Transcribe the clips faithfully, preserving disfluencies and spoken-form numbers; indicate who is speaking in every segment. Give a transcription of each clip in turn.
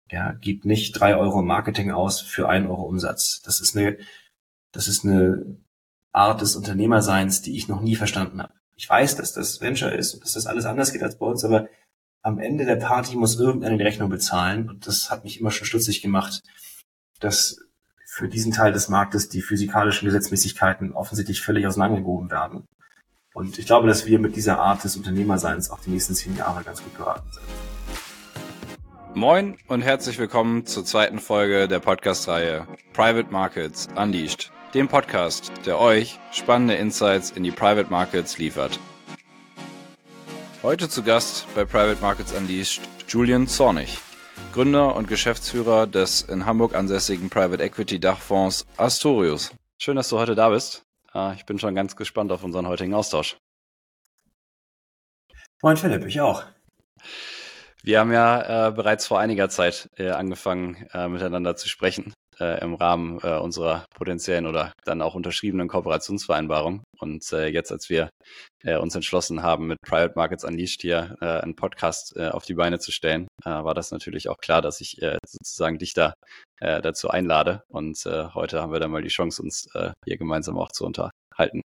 Speaker 1: Ja, gib nicht drei Euro Marketing aus für ein Euro Umsatz. Das ist eine, das ist eine Art des Unternehmerseins, die ich noch nie verstanden habe. Ich weiß, dass das Venture ist und dass das alles anders geht als bei uns, aber am Ende der Party muss irgendeiner die Rechnung bezahlen. Und das hat mich immer schon stutzig gemacht, dass für diesen Teil des Marktes die physikalischen Gesetzmäßigkeiten offensichtlich völlig auseinandergehoben werden. Und ich glaube, dass wir mit dieser Art des Unternehmerseins auch die nächsten zehn Jahre ganz gut beraten sind.
Speaker 2: Moin und herzlich willkommen zur zweiten Folge der Podcast-Reihe Private Markets Unleashed, dem Podcast, der euch spannende Insights in die Private Markets liefert. Heute zu Gast bei Private Markets Unleashed Julian Zornig, Gründer und Geschäftsführer des in Hamburg ansässigen Private Equity Dachfonds Astorius. Schön, dass du heute da bist. Ich bin schon ganz gespannt auf unseren heutigen Austausch.
Speaker 1: Moin Philipp, ich auch.
Speaker 2: Wir haben ja äh, bereits vor einiger Zeit äh, angefangen, äh, miteinander zu sprechen äh, im Rahmen äh, unserer potenziellen oder dann auch unterschriebenen Kooperationsvereinbarung. Und äh, jetzt, als wir äh, uns entschlossen haben, mit Private Markets Unleashed hier äh, einen Podcast äh, auf die Beine zu stellen, äh, war das natürlich auch klar, dass ich äh, sozusagen dich da äh, dazu einlade. Und äh, heute haben wir dann mal die Chance, uns äh, hier gemeinsam auch zu unterhalten.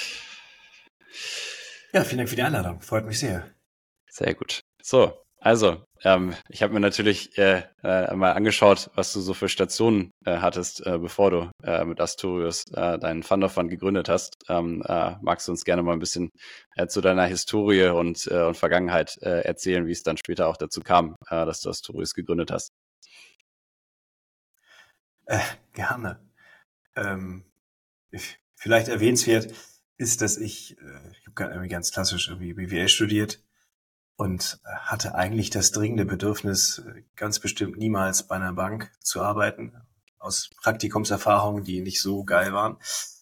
Speaker 1: Ja, vielen Dank für die Einladung. Freut mich sehr.
Speaker 2: Sehr gut. So. Also, ähm, ich habe mir natürlich äh, äh, mal angeschaut, was du so für Stationen äh, hattest, äh, bevor du äh, mit Astorius äh, deinen Fund of Fund gegründet hast. Ähm, äh, magst du uns gerne mal ein bisschen äh, zu deiner Historie und, äh, und Vergangenheit äh, erzählen, wie es dann später auch dazu kam, äh, dass du Astorius gegründet hast?
Speaker 1: Äh, gerne. Ähm, ich, vielleicht erwähnenswert ist, dass ich, äh, ich habe irgendwie ganz klassisch irgendwie B W L studiert und hatte eigentlich das dringende Bedürfnis, ganz bestimmt niemals bei einer Bank zu arbeiten, aus Praktikumserfahrungen, die nicht so geil waren.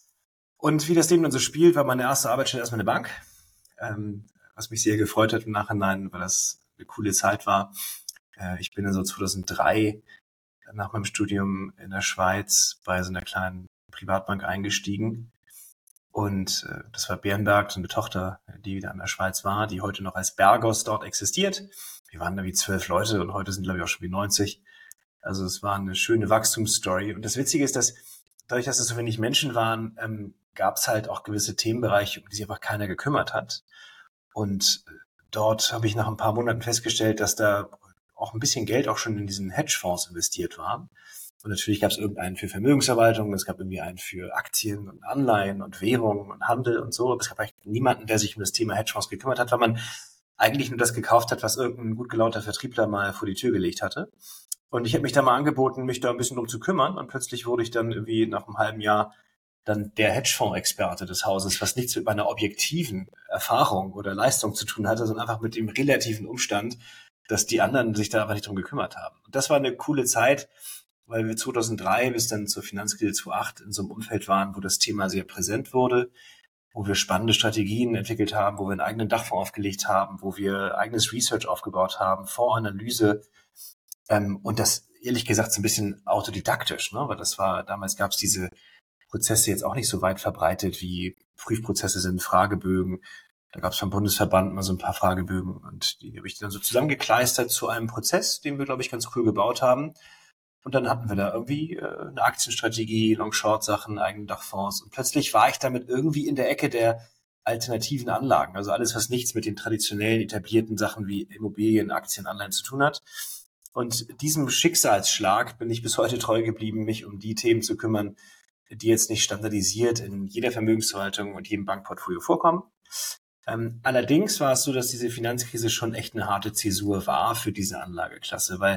Speaker 1: Und wie das Leben dann so spielt, war meine erste Arbeitsstelle erstmal eine Bank, ähm, was mich sehr gefreut hat im Nachhinein, weil das eine coole Zeit war. Äh, ich bin dann so zweitausenddrei nach meinem Studium in der Schweiz bei so einer kleinen Privatbank eingestiegen. Und äh, das war Bärenberg, so eine Tochter, die wieder in der Schweiz war, die heute noch als Bergos dort existiert. Wir waren da wie zwölf Leute und heute sind, glaube ich, auch schon wie neunzig. Also es war eine schöne Wachstumsstory. Und das Witzige ist, dass dadurch, dass es so wenig Menschen waren, ähm, gab es halt auch gewisse Themenbereiche, um die sich einfach keiner gekümmert hat. Und dort habe ich nach ein paar Monaten festgestellt, dass da auch ein bisschen Geld auch schon in diesen Hedgefonds investiert war. Und natürlich gab es irgendeinen für Vermögensverwaltung, es gab irgendwie einen für Aktien und Anleihen und Währungen und Handel und so. Aber es gab eigentlich niemanden, der sich um das Thema Hedgefonds gekümmert hat, weil man eigentlich nur das gekauft hat, was irgendein gut gelaunter Vertriebler mal vor die Tür gelegt hatte. Und ich habe mich da mal angeboten, mich da ein bisschen drum zu kümmern. Und plötzlich wurde ich dann irgendwie nach einem halben Jahr dann der Hedgefonds-Experte des Hauses, was nichts mit meiner objektiven Erfahrung oder Leistung zu tun hatte, sondern einfach mit dem relativen Umstand, dass die anderen sich da einfach nicht drum gekümmert haben. Und das war eine coole Zeit, weil wir zweitausenddrei bis dann zur Finanzkrise zweitausendacht in so einem Umfeld waren, wo das Thema sehr präsent wurde, wo wir spannende Strategien entwickelt haben, wo wir einen eigenen Dachfonds aufgelegt haben, wo wir eigenes Research aufgebaut haben, Fondsanalyse, ähm, und das ehrlich gesagt so ein bisschen autodidaktisch, ne? Weil das war, damals gab es diese Prozesse jetzt auch nicht so weit verbreitet, wie Prüfprozesse sind, Fragebögen. Da gab es vom Bundesverband mal so ein paar Fragebögen und die habe ich dann so zusammengekleistert zu einem Prozess, den wir, glaube ich, ganz cool gebaut haben. Und dann hatten wir da irgendwie äh, eine Aktienstrategie, Long-Short-Sachen, eigene Dachfonds. Und plötzlich war ich damit irgendwie in der Ecke der alternativen Anlagen. Also alles, was nichts mit den traditionellen etablierten Sachen wie Immobilien, Aktien, Anleihen zu tun hat. Und diesem Schicksalsschlag bin ich bis heute treu geblieben, mich um die Themen zu kümmern, die jetzt nicht standardisiert in jeder Vermögensverwaltung und jedem Bankportfolio vorkommen. Ähm, allerdings war es so, dass diese Finanzkrise schon echt eine harte Zäsur war für diese Anlageklasse, weil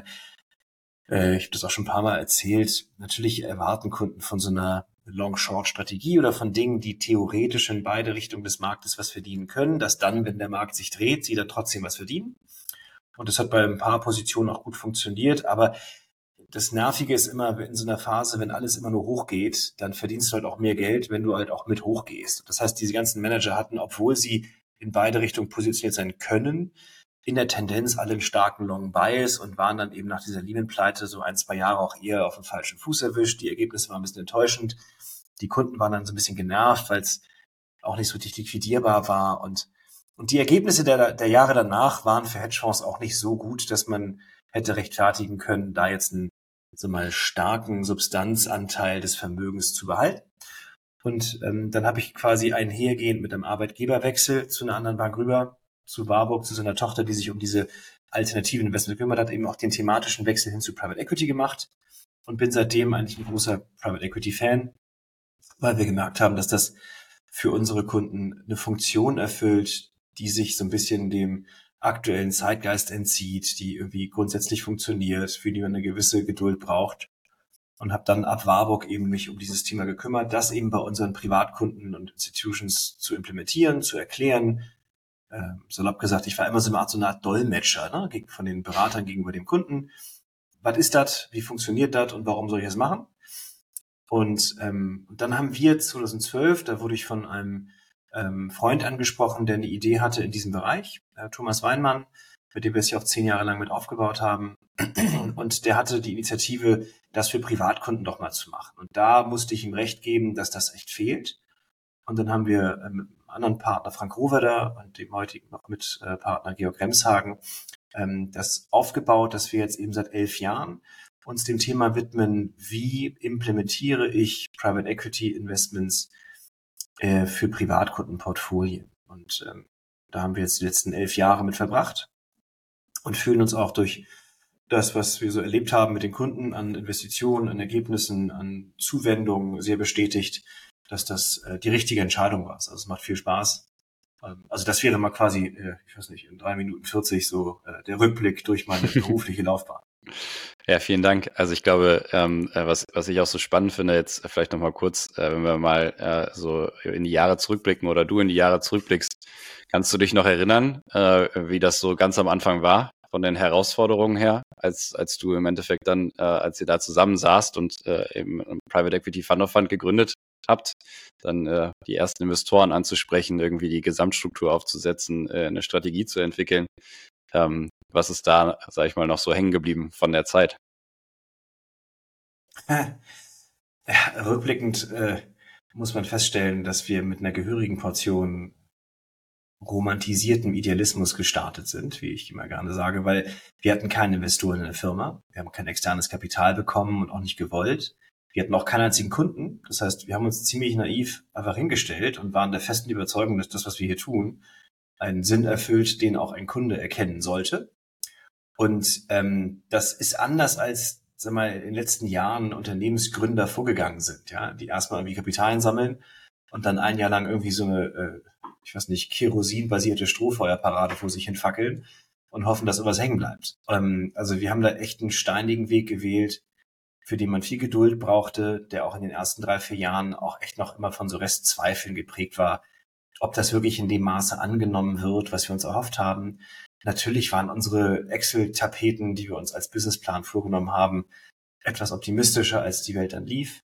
Speaker 1: ich habe das auch schon ein paar Mal erzählt, natürlich erwarten Kunden von so einer Long-Short-Strategie oder von Dingen, die theoretisch in beide Richtungen des Marktes was verdienen können, dass dann, wenn der Markt sich dreht, sie dann trotzdem was verdienen. Und das hat bei ein paar Positionen auch gut funktioniert, aber das Nervige ist immer in so einer Phase, wenn alles immer nur hochgeht, dann verdienst du halt auch mehr Geld, wenn du halt auch mit hochgehst. Das heißt, diese ganzen Manager hatten, obwohl sie in beide Richtungen positioniert sein können, in der Tendenz alle einen starken Long Bias und waren dann eben nach dieser Lehman-Pleite so ein, zwei Jahre auch eher auf dem falschen Fuß erwischt. Die Ergebnisse waren ein bisschen enttäuschend. Die Kunden waren dann so ein bisschen genervt, weil es auch nicht so richtig liquidierbar war. Und, und die Ergebnisse der, der Jahre danach waren für Hedgefonds auch nicht so gut, dass man hätte rechtfertigen können, da jetzt einen so mal starken Substanzanteil des Vermögens zu behalten. Und ähm, dann habe ich quasi einhergehend mit einem Arbeitgeberwechsel zu einer anderen Bank rüber, zu Warburg, zu so einer Tochter, die sich um diese alternativen Investment gekümmert hat, eben auch den thematischen Wechsel hin zu Private Equity gemacht und bin seitdem eigentlich ein großer Private Equity Fan, weil wir gemerkt haben, dass das für unsere Kunden eine Funktion erfüllt, die sich so ein bisschen dem aktuellen Zeitgeist entzieht, die irgendwie grundsätzlich funktioniert, für die man eine gewisse Geduld braucht. Und habe dann ab Warburg eben mich um dieses Thema gekümmert, das eben bei unseren Privatkunden und Institutions zu implementieren, zu erklären. Äh, salopp gesagt, ich war immer so eine Art, so eine Art Dolmetscher, ne, von den Beratern gegenüber dem Kunden. Was ist das? Wie funktioniert das? Und warum soll ich das machen? Und ähm, dann haben wir zweitausendzwölf, da wurde ich von einem ähm, Freund angesprochen, der eine Idee hatte in diesem Bereich, äh, Thomas Weinmann, mit dem wir es ja auch zehn Jahre lang mit aufgebaut haben. Und der hatte die Initiative, das für Privatkunden doch mal zu machen. Und da musste ich ihm recht geben, dass das echt fehlt. Und dann haben wir äh, mit einem anderen Partner, Frank Rohwedder, und dem heutigen noch mit äh, Partner Georg Remshagen, ähm, das aufgebaut, dass wir jetzt eben seit elf Jahren uns dem Thema widmen, wie implementiere ich Private Equity Investments äh, für Privatkundenportfolien. Und ähm, da haben wir jetzt die letzten elf Jahre mit verbracht und fühlen uns auch durch das, was wir so erlebt haben mit den Kunden an Investitionen, an Ergebnissen, an Zuwendungen sehr bestätigt, dass das äh, die richtige Entscheidung war. Also es macht viel Spaß. Ähm, also das wäre mal quasi, äh, ich weiß nicht, in drei Minuten vierzig so äh, der Rückblick durch meine berufliche Laufbahn.
Speaker 2: Ja, vielen Dank. Also ich glaube, ähm, was, was ich auch so spannend finde, jetzt vielleicht nochmal kurz, äh, wenn wir mal äh, so in die Jahre zurückblicken oder du in die Jahre zurückblickst, kannst du dich noch erinnern, äh, wie das so ganz am Anfang war, von den Herausforderungen her, als als du im Endeffekt dann, äh, als ihr da zusammen saßt und äh, eben ein Private Equity Fund of Fund gegründet habt, dann äh, die ersten Investoren anzusprechen, irgendwie die Gesamtstruktur aufzusetzen, äh, eine Strategie zu entwickeln. Ähm, was ist da, sag ich mal, noch so hängen geblieben von der Zeit?
Speaker 1: Ja, rückblickend äh, muss man feststellen, dass wir mit einer gehörigen Portion romantisiertem Idealismus gestartet sind, wie ich immer gerne sage, weil wir hatten keine Investoren in der Firma, wir haben kein externes Kapital bekommen und auch nicht gewollt. Wir hatten auch keinen einzigen Kunden. Das heißt, wir haben uns ziemlich naiv einfach hingestellt und waren der festen Überzeugung, dass das, was wir hier tun, einen Sinn erfüllt, den auch ein Kunde erkennen sollte. Und ähm, das ist anders als, sag mal, in den letzten Jahren Unternehmensgründer vorgegangen sind, ja, die erstmal irgendwie Kapitalien sammeln und dann ein Jahr lang irgendwie so eine, äh, ich weiß nicht, kerosinbasierte Strohfeuerparade vor sich hin fackeln und hoffen, dass irgendwas hängen bleibt. Ähm, also wir haben da echt einen steinigen Weg gewählt, für den man viel Geduld brauchte, der auch in den ersten drei, vier Jahren auch echt noch immer von so Restzweifeln geprägt war, ob das wirklich in dem Maße angenommen wird, was wir uns erhofft haben. Natürlich waren unsere Excel-Tapeten, die wir uns als Businessplan vorgenommen haben, etwas optimistischer, als die Welt dann lief.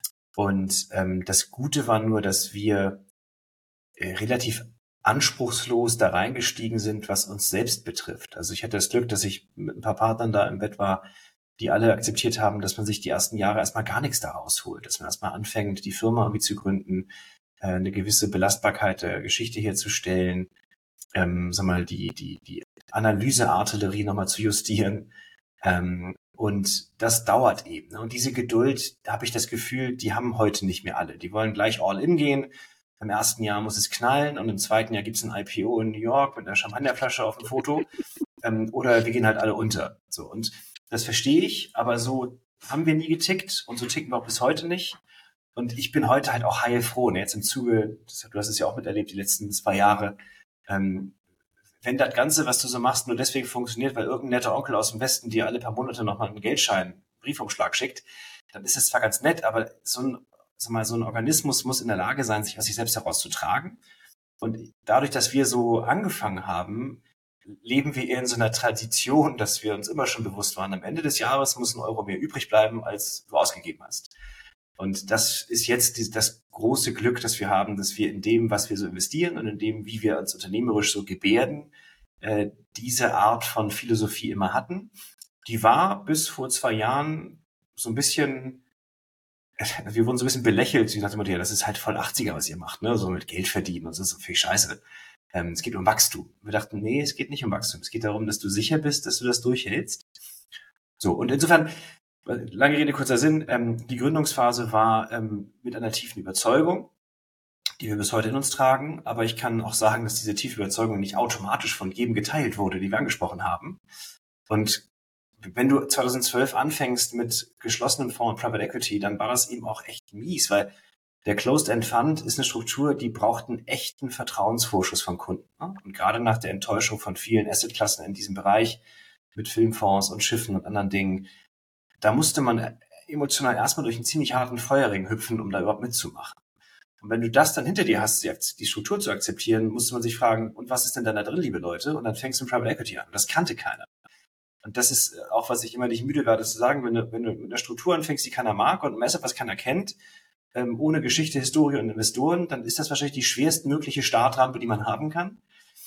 Speaker 1: Und ähm, das Gute war nur, dass wir äh, relativ anspruchslos da reingestiegen sind, was uns selbst betrifft. Also ich hatte das Glück, dass ich mit ein paar Partnern da im Bett war, die alle akzeptiert haben, dass man sich die ersten Jahre erstmal gar nichts da rausholt, dass man erstmal anfängt, die Firma irgendwie zu gründen, äh, eine gewisse Belastbarkeit der Geschichte herzustellen, ähm, sag mal, die, die, die Analyseartillerie nochmal zu justieren. Ähm, und das dauert eben. Ne? Und diese Geduld, da habe ich das Gefühl, die haben heute nicht mehr alle. Die wollen gleich all in gehen. Im ersten Jahr muss es knallen und im zweiten Jahr gibt's ein I P O in New York mit einer Champagnerflasche auf dem Foto. Ähm, oder wir gehen halt alle unter. So, und das verstehe ich, aber so haben wir nie getickt und so ticken wir auch bis heute nicht. Und ich bin heute halt auch heilfroh. Ne? Jetzt im Zuge, das, du hast es ja auch miterlebt, die letzten zwei Jahre, ähm, wenn das Ganze, was du so machst, nur deswegen funktioniert, weil irgendein netter Onkel aus dem Westen dir alle paar Monate nochmal einen Geldschein, Briefumschlag schickt, dann ist es zwar ganz nett, aber so ein, sag mal, so ein Organismus muss in der Lage sein, sich aus sich selbst herauszutragen. Und dadurch, dass wir so angefangen haben, leben wir eher in so einer Tradition, dass wir uns immer schon bewusst waren, am Ende des Jahres muss ein Euro mehr übrig bleiben, als du ausgegeben hast. Und das ist jetzt die, das große Glück, das wir haben, dass wir in dem, was wir so investieren und in dem, wie wir uns unternehmerisch so gebärden, äh, diese Art von Philosophie immer hatten. Die war bis vor zwei Jahren so ein bisschen, wir wurden so ein bisschen belächelt, wie nach dem Motto, ja, das ist halt voll achtziger, was ihr macht, ne, so mit Geld verdienen und so, so viel Scheiße. Ähm, es geht um Wachstum. Wir dachten, nee, es geht nicht um Wachstum. Es geht darum, dass du sicher bist, dass du das durchhältst. So, und insofern, lange Rede, kurzer Sinn, ähm, die Gründungsphase war ähm, mit einer tiefen Überzeugung, die wir bis heute in uns tragen. Aber ich kann auch sagen, dass diese tiefe Überzeugung nicht automatisch von jedem geteilt wurde, die wir angesprochen haben. Und wenn du zweitausendzwölf anfängst mit geschlossenem Fonds und Private Equity, dann war das eben auch echt mies, weil der Closed-End Fund ist eine Struktur, die braucht einen echten Vertrauensvorschuss von Kunden. Und gerade nach der Enttäuschung von vielen Assetklassen in diesem Bereich mit Filmfonds und Schiffen und anderen Dingen, da musste man emotional erstmal durch einen ziemlich harten Feuerring hüpfen, um da überhaupt mitzumachen. Und wenn du das dann hinter dir hast, die Struktur zu akzeptieren, musste man sich fragen, und was ist denn dann da drin, liebe Leute? Und dann fängst du mit Private Equity an. Und das kannte keiner. Und das ist auch, was ich immer nicht müde werde zu sagen, wenn du, wenn du mit einer Struktur anfängst, die keiner mag und ein Asset, was keiner kennt, ähm, ohne Geschichte, Historie und Investoren, dann ist das wahrscheinlich die schwerstmögliche Startrampe, die man haben kann.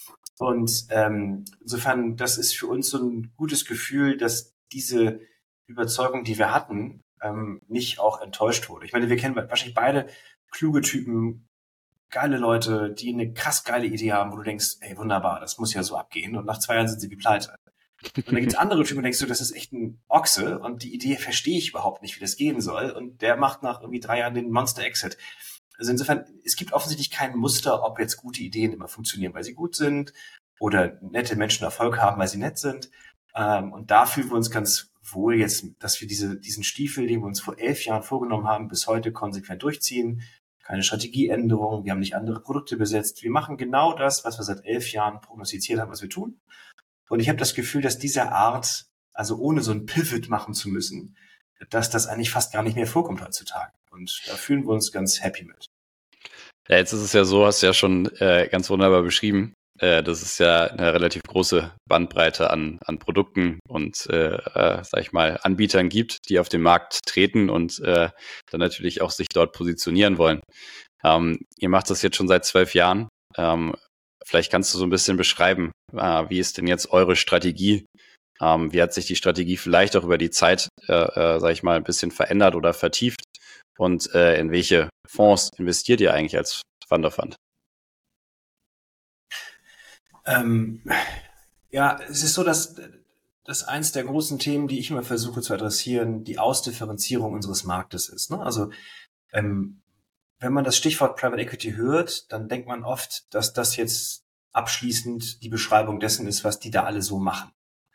Speaker 1: Und ähm, insofern, das ist für uns so ein gutes Gefühl, dass diese Überzeugung, die wir hatten, ähm, nicht auch enttäuscht wurde. Ich meine, wir kennen wahrscheinlich beide kluge Typen, geile Leute, die eine krass geile Idee haben, wo du denkst, ey, wunderbar, das muss ja so abgehen. Und nach zwei Jahren sind sie wie pleite. Und dann gibt's andere Typen, wo denkst du, das ist echt ein Ochse und die Idee verstehe ich überhaupt nicht, wie das gehen soll. Und der macht nach irgendwie drei Jahren den Monster-Exit. Also insofern, es gibt offensichtlich kein Muster, ob jetzt gute Ideen immer funktionieren, weil sie gut sind oder nette Menschen Erfolg haben, weil sie nett sind. Und da fühlen wir uns ganz wohl jetzt, dass wir diese, diesen Stiefel, den wir uns vor elf Jahren vorgenommen haben, bis heute konsequent durchziehen. Keine Strategieänderung, wir haben nicht andere Produkte besetzt. Wir machen genau das, was wir seit elf Jahren prognostiziert haben, was wir tun. Und ich habe das Gefühl, dass diese Art, also ohne so ein Pivot machen zu müssen, dass das eigentlich fast gar nicht mehr vorkommt heutzutage. Und da fühlen wir uns ganz happy mit.
Speaker 2: Ja, jetzt ist es ja so, hast du ja schon äh, ganz wunderbar beschrieben, äh, dass es ja eine relativ große Bandbreite an, an Produkten und, äh, äh, sag ich mal, Anbietern gibt, die auf den Markt treten und äh, dann natürlich auch sich dort positionieren wollen. Ähm, ihr macht das jetzt schon seit zwölf Jahren. Ähm, Vielleicht kannst du so ein bisschen beschreiben, äh, wie ist denn jetzt eure Strategie? Ähm, wie hat sich die Strategie vielleicht auch über die Zeit, äh, äh, sag ich mal, ein bisschen verändert oder vertieft? Und äh, in welche Fonds investiert ihr eigentlich als Fund of Fund?
Speaker 1: Ähm, ja, es ist so, dass, dass eins der großen Themen, die ich immer versuche zu adressieren, die Ausdifferenzierung unseres Marktes ist. Ne? Also ähm, wenn man das Stichwort Private Equity hört, dann denkt man oft, dass das jetzt abschließend die Beschreibung dessen ist, was die da alle so machen.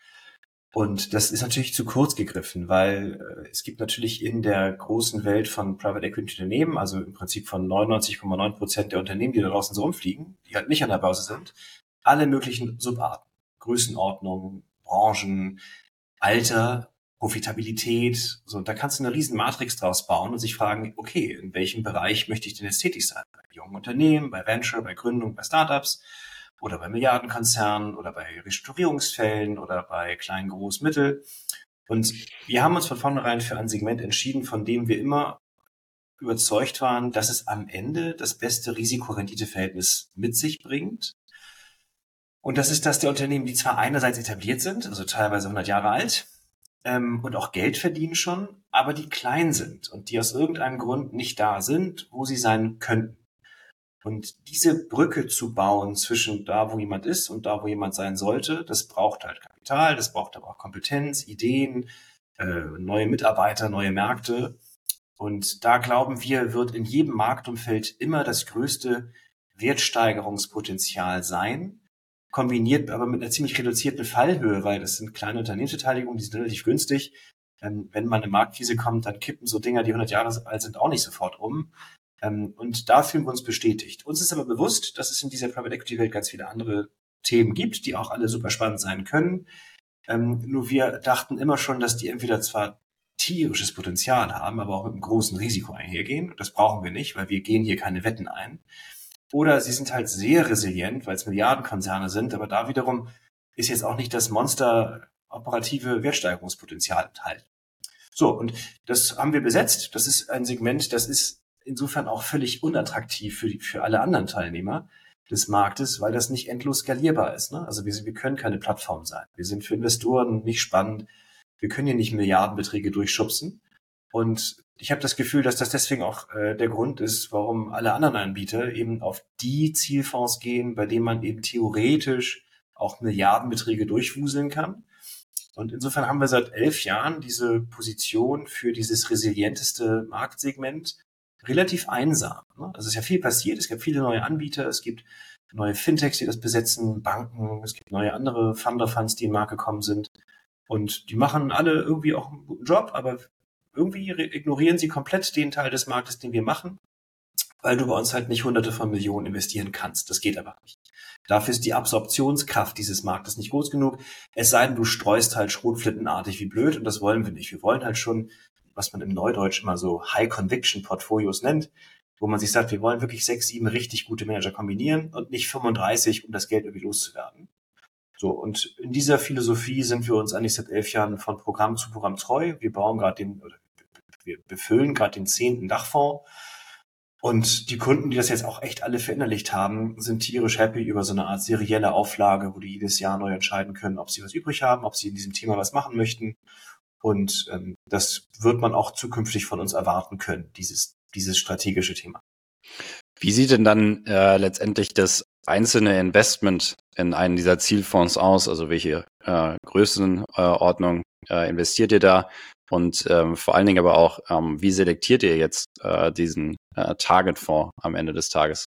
Speaker 1: Und das ist natürlich zu kurz gegriffen, weil äh, es gibt natürlich in der großen Welt von Private Equity Unternehmen, also im Prinzip von neunundneunzig Komma neun Prozent der Unternehmen, die da draußen so rumfliegen, die halt nicht an der Börse sind, alle möglichen Subarten, Größenordnungen, Branchen, Alter, Profitabilität, so, da kannst du eine riesen Matrix draus bauen und sich fragen, okay, in welchem Bereich möchte ich denn jetzt tätig sein? Bei jungen Unternehmen, bei Venture, bei Gründung, bei Startups oder bei Milliardenkonzernen oder bei Restrukturierungsfällen oder bei klein, groß, mittel. Und wir haben uns von vornherein für ein Segment entschieden, von dem wir immer überzeugt waren, dass es am Ende das beste Risiko-Rendite-Verhältnis mit sich bringt. Und das ist das der Unternehmen, die zwar einerseits etabliert sind, also teilweise hundert Jahre alt, ähm, und auch Geld verdienen schon, aber die klein sind und die aus irgendeinem Grund nicht da sind, wo sie sein könnten. Und diese Brücke zu bauen zwischen da, wo jemand ist und da, wo jemand sein sollte, das braucht halt Kapital, das braucht aber auch Kompetenz, Ideen, äh, neue Mitarbeiter, neue Märkte. Und da glauben wir, wird in jedem Marktumfeld immer das größte Wertsteigerungspotenzial sein, kombiniert aber mit einer ziemlich reduzierten Fallhöhe, weil das sind kleine Unternehmensbeteiligungen, die sind relativ günstig. Ähm, wenn mal eine Marktkrise kommt, dann kippen so Dinger, die hundert Jahre alt sind, auch nicht sofort um. Ähm, und da fühlen wir uns bestätigt. Uns ist aber bewusst, dass es in dieser Private Equity Welt ganz viele andere Themen gibt, die auch alle super spannend sein können. Ähm, nur wir dachten immer schon, dass die entweder zwar tierisches Potenzial haben, aber auch mit einem großen Risiko einhergehen. Das brauchen wir nicht, weil wir gehen hier keine Wetten ein. Oder sie sind halt sehr resilient, weil es Milliardenkonzerne sind, aber da wiederum ist jetzt auch nicht das Monster operative Wertsteigerungspotenzial enthalten. So, und das haben wir besetzt. Das ist ein Segment, das ist insofern auch völlig unattraktiv für, die, für alle anderen Teilnehmer des Marktes, weil das nicht endlos skalierbar ist. Ne? Also wir, wir können keine Plattform sein. Wir sind für Investoren nicht spannend. Wir können hier nicht Milliardenbeträge durchschubsen. Und ich habe das Gefühl, dass das deswegen auch äh, der Grund ist, warum alle anderen Anbieter eben auf die Zielfonds gehen, bei denen man eben theoretisch auch Milliardenbeträge durchwuseln kann. Und insofern haben wir seit elf Jahren diese Position für dieses resilienteste Marktsegment relativ einsam. Ne? Also es ist ja viel passiert, es gibt viele neue Anbieter, es gibt neue Fintechs, die das besetzen, Banken, es gibt neue andere Fund of Funds, die in den Markt gekommen sind. Und die machen alle irgendwie auch einen guten Job, aber irgendwie ignorieren sie komplett den Teil des Marktes, den wir machen, weil du bei uns halt nicht hunderte von Millionen investieren kannst. Das geht einfach nicht. Dafür ist die Absorptionskraft dieses Marktes nicht groß genug. Es sei denn, du streust halt schrotflintenartig wie blöd und das wollen wir nicht. Wir wollen halt schon, was man im Neudeutsch immer so High-Conviction-Portfolios nennt, wo man sich sagt, wir wollen wirklich sechs, sieben richtig gute Manager kombinieren und nicht fünfunddreißig, um das Geld irgendwie loszuwerden. So, und in dieser Philosophie sind wir uns eigentlich seit elf Jahren von Programm zu Programm treu. Wir bauen gerade den, oder wir befüllen gerade den zehnten Dachfonds. Und die Kunden, die das jetzt auch echt alle verinnerlicht haben, sind tierisch happy über so eine Art serielle Auflage, wo die jedes Jahr neu entscheiden können, ob sie was übrig haben, ob sie in diesem Thema was machen möchten. Und ähm, das wird man auch zukünftig von uns erwarten können, dieses, dieses strategische Thema.
Speaker 2: Wie sieht denn dann äh, letztendlich das einzelne Investment in einen dieser Zielfonds aus? Also welche äh, Größenordnung äh, investiert ihr da? Und ähm, vor allen Dingen aber auch, ähm, wie selektiert ihr jetzt äh, diesen äh, Target-Fonds am Ende des Tages?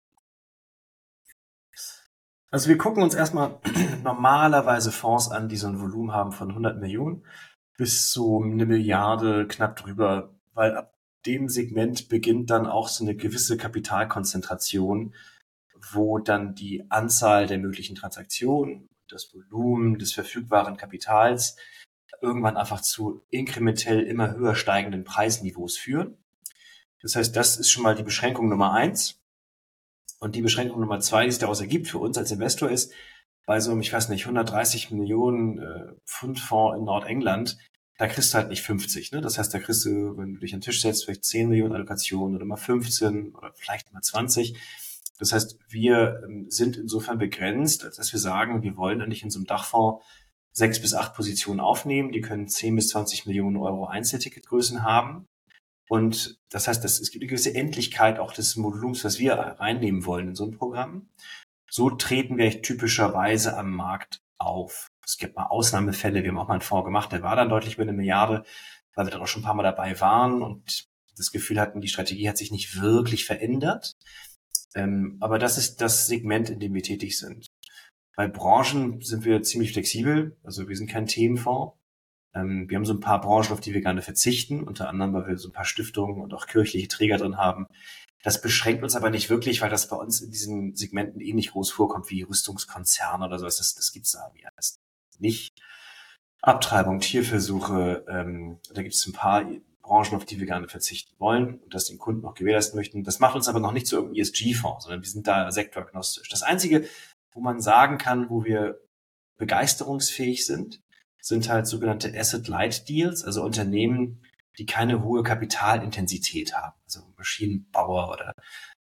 Speaker 1: Also wir gucken uns erstmal normalerweise Fonds an, die so ein Volumen haben von hundert Millionen bis zu eine Milliarde knapp drüber, weil ab dem Segment beginnt dann auch so eine gewisse Kapitalkonzentration, wo dann die Anzahl der möglichen Transaktionen, das Volumen des verfügbaren Kapitals irgendwann einfach zu inkrementell immer höher steigenden Preisniveaus führen. Das heißt, das ist schon mal die Beschränkung Nummer eins. Und die Beschränkung Nummer zwei, die sich daraus ergibt für uns als Investor, ist, bei so einem, ich weiß nicht, hundertdreißig Millionen äh, Pfund Fonds in Nordengland, da kriegst du halt nicht fünfzig. Ne? Das heißt, da kriegst du, wenn du dich an den Tisch setzt, vielleicht zehn Millionen Allokationen oder mal fünfzehn oder vielleicht mal zwanzig. Das heißt, wir ähm, sind insofern begrenzt, als dass wir sagen, wir wollen eigentlich in so einem Dachfonds sechs bis acht Positionen aufnehmen. Die können zehn bis zwanzig Millionen Euro Einzelticketgrößen haben. Und das heißt, dass es gibt eine gewisse Endlichkeit auch des Volumens, was wir reinnehmen wollen in so ein Programm. So treten wir typischerweise am Markt auf. Es gibt mal Ausnahmefälle. Wir haben auch mal einen Fonds gemacht, der war dann deutlich über eine Milliarde, weil wir dann auch schon ein paar Mal dabei waren und das Gefühl hatten, die Strategie hat sich nicht wirklich verändert. Ähm, aber das ist das Segment, in dem wir tätig sind. Bei Branchen sind wir ziemlich flexibel. Also wir sind kein Themenfonds. Ähm, wir haben so ein paar Branchen, auf die wir gerne verzichten, unter anderem, weil wir so ein paar Stiftungen und auch kirchliche Träger drin haben. Das beschränkt uns aber nicht wirklich, weil das bei uns in diesen Segmenten eh nicht groß vorkommt, wie Rüstungskonzerne oder sowas. Das, das gibt's da irgendwie alles nicht. Abtreibung, Tierversuche, ähm, da gibt es ein paar Branchen, auf die wir gerne verzichten wollen und das den Kunden auch gewährleisten möchten. Das macht uns aber noch nicht zu irgendeinem E S G-Fonds, sondern wir sind da sektoragnostisch. Das Einzige, wo man sagen kann, wo wir begeisterungsfähig sind, sind halt sogenannte Asset-Light-Deals, also Unternehmen, die keine hohe Kapitalintensität haben. Also Maschinenbauer oder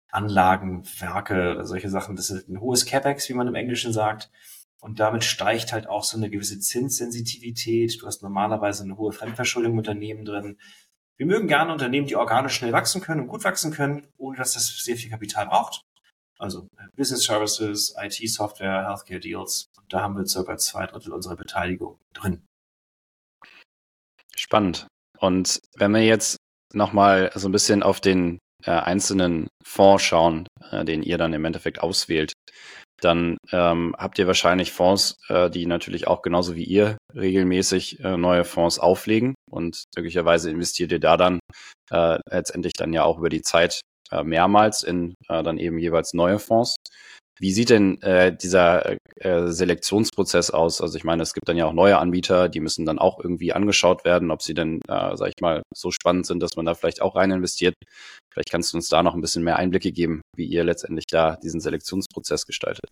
Speaker 1: Anlagenwerke oder solche Sachen. Das ist ein hohes CapEx, wie man im Englischen sagt. Und damit steigt halt auch so eine gewisse Zinssensitivität. Du hast normalerweise eine hohe Fremdverschuldung im Unternehmen drin. Wir mögen gerne Unternehmen, die organisch schnell wachsen können und gut wachsen können, ohne dass das sehr viel Kapital braucht. Also Business Services, I T Software, Healthcare Deals. Und da haben wir circa zwei Drittel unserer Beteiligung drin.
Speaker 2: Spannend. Und wenn wir jetzt nochmal so ein bisschen auf den äh, einzelnen Fonds schauen, äh, den ihr dann im Endeffekt auswählt, dann ähm, habt ihr wahrscheinlich Fonds, äh, die natürlich auch genauso wie ihr regelmäßig äh, neue Fonds auflegen und möglicherweise investiert ihr da dann äh, letztendlich dann ja auch über die Zeit äh, mehrmals in äh, dann eben jeweils neue Fonds. Wie sieht denn äh, dieser äh, Selektionsprozess aus? Also ich meine, es gibt dann ja auch neue Anbieter, die müssen dann auch irgendwie angeschaut werden, ob sie denn, äh, sag ich mal, so spannend sind, dass man da vielleicht auch rein investiert. Vielleicht kannst du uns da noch ein bisschen mehr Einblicke geben, wie ihr letztendlich da diesen Selektionsprozess gestaltet.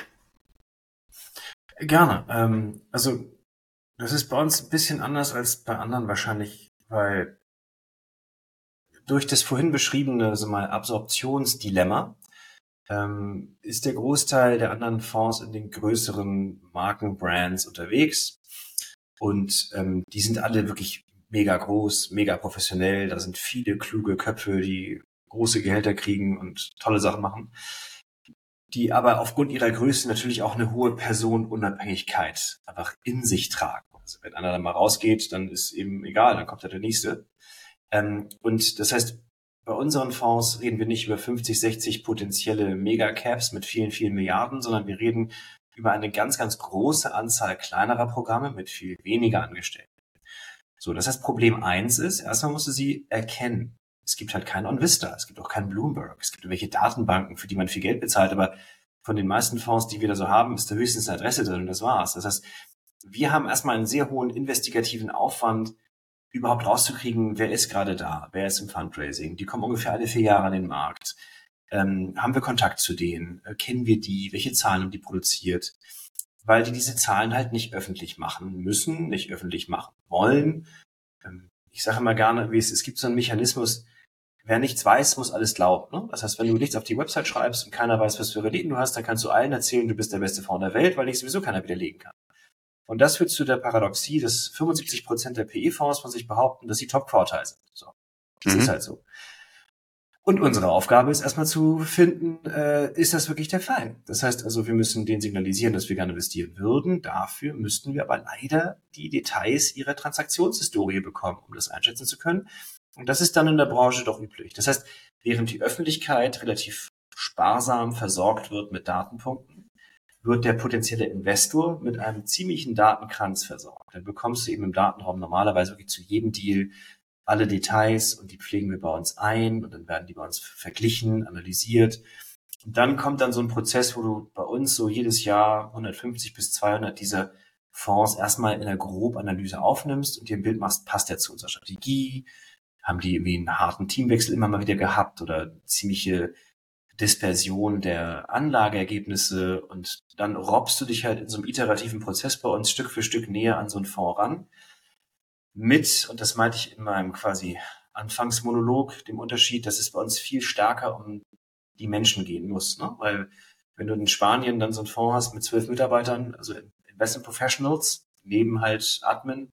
Speaker 1: Gerne. Ähm, also das ist bei uns ein bisschen anders als bei anderen wahrscheinlich, weil durch das vorhin beschriebene so mal Absorptionsdilemma ähm, ist der Großteil der anderen Fonds in den größeren Markenbrands unterwegs und ähm, die sind alle wirklich mega groß, mega professionell. Da sind viele kluge Köpfe, die große Gehälter kriegen und tolle Sachen machen. die aber aufgrund ihrer Größe natürlich auch eine hohe Personenunabhängigkeit einfach in sich tragen. Also wenn einer dann mal rausgeht, dann ist eben egal, dann kommt ja der Nächste. Ähm, und das heißt, bei unseren Fonds reden wir nicht über fünfzig, sechzig potenzielle Megacaps mit vielen, vielen Milliarden, sondern wir reden über eine ganz, ganz große Anzahl kleinerer Programme mit viel weniger Angestellten. So, das heißt, Problem eins ist, erstmal musst du sie erkennen. Es gibt halt keinen OnVista, es gibt auch keinen Bloomberg, es gibt irgendwelche Datenbanken, für die man viel Geld bezahlt, aber von den meisten Fonds, die wir da so haben, ist da höchstens eine Adresse drin und das war's. Das heißt, wir haben erstmal einen sehr hohen investigativen Aufwand, überhaupt rauszukriegen, wer ist gerade da, wer ist im Fundraising. Die kommen ungefähr alle vier Jahre an den Markt. Ähm, haben wir Kontakt zu denen? Äh, kennen wir die? Welche Zahlen haben die produziert? Weil die diese Zahlen halt nicht öffentlich machen müssen, nicht öffentlich machen wollen. Ähm, ich sage immer gerne, wie es, es gibt so einen Mechanismus, wer nichts weiß, muss alles glauben. Ne? Das heißt, wenn du nichts auf die Website schreibst und keiner weiß, was für Renditen du hast, dann kannst du allen erzählen, du bist der beste Fonds der Welt, weil dich sowieso keiner widerlegen kann. Und das führt zu der Paradoxie, dass fünfundsiebzig Prozent der P E-Fonds von sich behaupten, dass sie Top-Quartile sind. So. Das mhm. ist halt so. Und unsere Aufgabe ist erstmal zu finden, äh, ist das wirklich der Fall? Das heißt also, wir müssen denen signalisieren, dass wir gerne investieren würden. Dafür müssten wir aber leider die Details ihrer Transaktionshistorie bekommen, um das einschätzen zu können. Und das ist dann in der Branche doch üblich. Das heißt, während die Öffentlichkeit relativ sparsam versorgt wird mit Datenpunkten, wird der potenzielle Investor mit einem ziemlichen Datenkranz versorgt. Dann bekommst du eben im Datenraum normalerweise wirklich zu jedem Deal alle Details und die pflegen wir bei uns ein und dann werden die bei uns verglichen, analysiert. Und dann kommt dann so ein Prozess, wo du bei uns so jedes Jahr hundertfünfzig bis zweihundert dieser Fonds erstmal in einer Grobanalyse aufnimmst und dir ein Bild machst, passt der zu unserer Strategie? Haben die irgendwie einen harten Teamwechsel immer mal wieder gehabt oder ziemliche Dispersion der Anlageergebnisse und dann robbst du dich halt in so einem iterativen Prozess bei uns Stück für Stück näher an so einen Fonds ran. Mit, und das meinte ich in meinem quasi Anfangsmonolog, dem Unterschied, dass es bei uns viel stärker um die Menschen gehen muss. Ne? Weil wenn du in Spanien dann so einen Fonds hast mit zwölf Mitarbeitern, also Investment Professionals, neben halt Admin,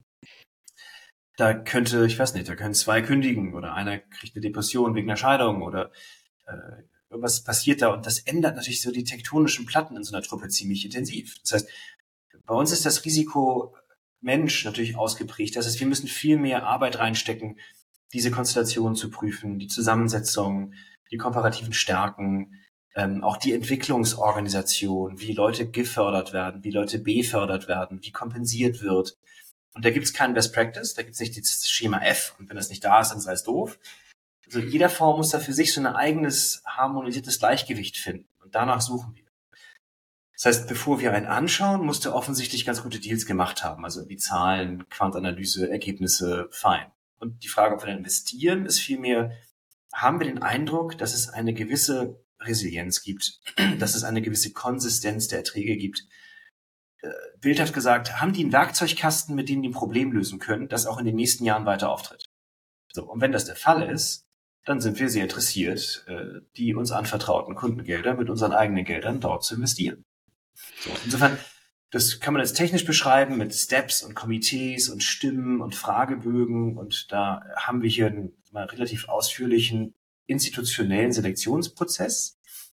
Speaker 1: da könnte, ich weiß nicht, da können zwei kündigen oder einer kriegt eine Depression wegen einer Scheidung oder äh, irgendwas passiert da und das ändert natürlich so die tektonischen Platten in so einer Truppe ziemlich intensiv. Das heißt, bei uns ist das Risiko Mensch natürlich ausgeprägt. Das heißt, wir müssen viel mehr Arbeit reinstecken, diese Konstellation zu prüfen, die Zusammensetzung, die komparativen Stärken, ähm, auch die Entwicklungsorganisation, wie Leute gefördert werden, wie Leute befördert werden, wie kompensiert wird. Und da gibt es keinen Best Practice, da gibt es nicht das Schema F und wenn das nicht da ist, dann sei es doof. Also jeder Fonds muss da für sich so ein eigenes harmonisiertes Gleichgewicht finden und danach suchen wir. Das heißt, bevor wir einen anschauen, musst du offensichtlich ganz gute Deals gemacht haben, also die Zahlen, Quantanalyse, Ergebnisse, fein. Und die Frage, ob wir dann investieren, ist vielmehr, haben wir den Eindruck, dass es eine gewisse Resilienz gibt, dass es eine gewisse Konsistenz der Erträge gibt. Äh, bildhaft gesagt, haben die einen Werkzeugkasten, mit dem die ein Problem lösen können, das auch in den nächsten Jahren weiter auftritt. So, und wenn das der Fall ist, dann sind wir sehr interessiert, die uns anvertrauten Kundengelder mit unseren eigenen Geldern dort zu investieren. So, insofern, das kann man jetzt technisch beschreiben mit Steps und Komitees und Stimmen und Fragebögen und da haben wir hier einen mal relativ ausführlichen institutionellen Selektionsprozess.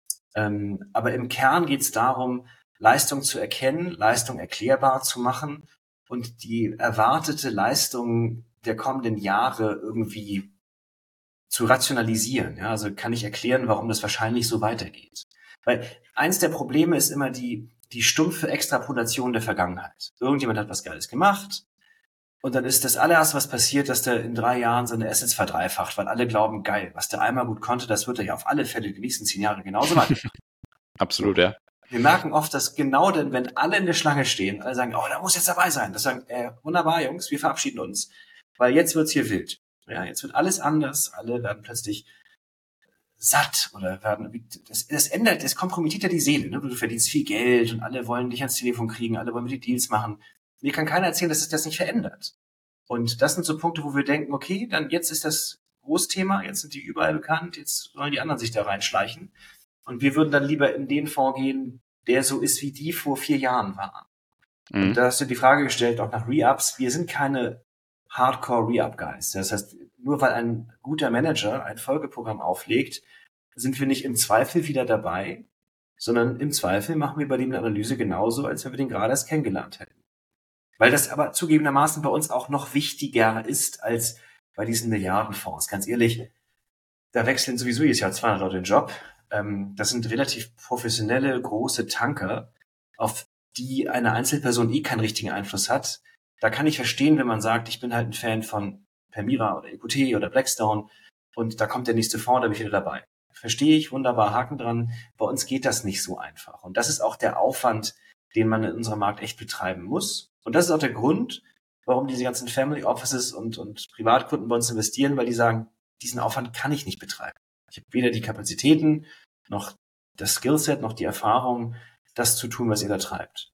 Speaker 1: Ähm, aber im Kern geht es darum, Leistung zu erkennen, Leistung erklärbar zu machen und die erwartete Leistung der kommenden Jahre irgendwie zu rationalisieren. Ja, also kann ich erklären, warum das wahrscheinlich so weitergeht. Weil eins der Probleme ist immer die, die stumpfe Extrapolation der Vergangenheit. Irgendjemand hat was Geiles gemacht und dann ist das allererste, was passiert, dass der in drei Jahren seine Assets verdreifacht, weil alle glauben, geil, was der einmal gut konnte, das wird er ja auf alle Fälle die nächsten zehn Jahre genauso machen.
Speaker 2: Absolut, ja.
Speaker 1: Wir merken oft, dass genau dann, wenn alle in der Schlange stehen, alle sagen, oh, da muss jetzt dabei sein. Das sagen, äh, wunderbar, Jungs, wir verabschieden uns, weil jetzt wird's hier wild. Ja, jetzt wird alles anders. Alle werden plötzlich satt oder werden, das, das ändert, das kompromittiert ja die Seele. Ne? Du verdienst viel Geld und alle wollen dich ans Telefon kriegen, alle wollen mit dir Deals machen. Mir kann keiner erzählen, dass es das nicht verändert. Und das sind so Punkte, wo wir denken, okay, dann jetzt ist das Großthema, jetzt sind die überall bekannt, jetzt sollen die anderen sich da reinschleichen. Und wir würden dann lieber in den Fonds gehen, der so ist, wie die vor vier Jahren waren. Mhm. Und da hast du die Frage gestellt, auch nach Re-Ups. Wir sind keine Hardcore-Re-Up-Guys. Das heißt, nur weil ein guter Manager ein Folgeprogramm auflegt, sind wir nicht im Zweifel wieder dabei. sondern im Zweifel machen wir bei dem eine Analyse genauso, als wenn wir den gerade erst kennengelernt hätten. Weil das aber zugegebenermaßen bei uns auch noch wichtiger ist als bei diesen Milliardenfonds. Ganz ehrlich, da wechseln sowieso jedes Jahr zweihundert Leute den Job. Das sind relativ professionelle, große Tanker, auf die eine Einzelperson eh keinen richtigen Einfluss hat. Da kann ich verstehen, wenn man sagt, ich bin halt ein Fan von Permira oder E Q T oder Blackstone und da kommt der nächste Fonds, da bin ich wieder dabei. Verstehe ich, wunderbar, Haken dran. Bei uns geht das nicht so einfach. Und das ist auch der Aufwand, den man in unserem Markt echt betreiben muss. Und das ist auch der Grund, warum diese ganzen Family Offices und, und Privatkunden bei uns investieren, weil die sagen, diesen Aufwand kann ich nicht betreiben. Ich habe weder die Kapazitäten, noch das Skillset, noch die Erfahrung, das zu tun, was ihr da treibt.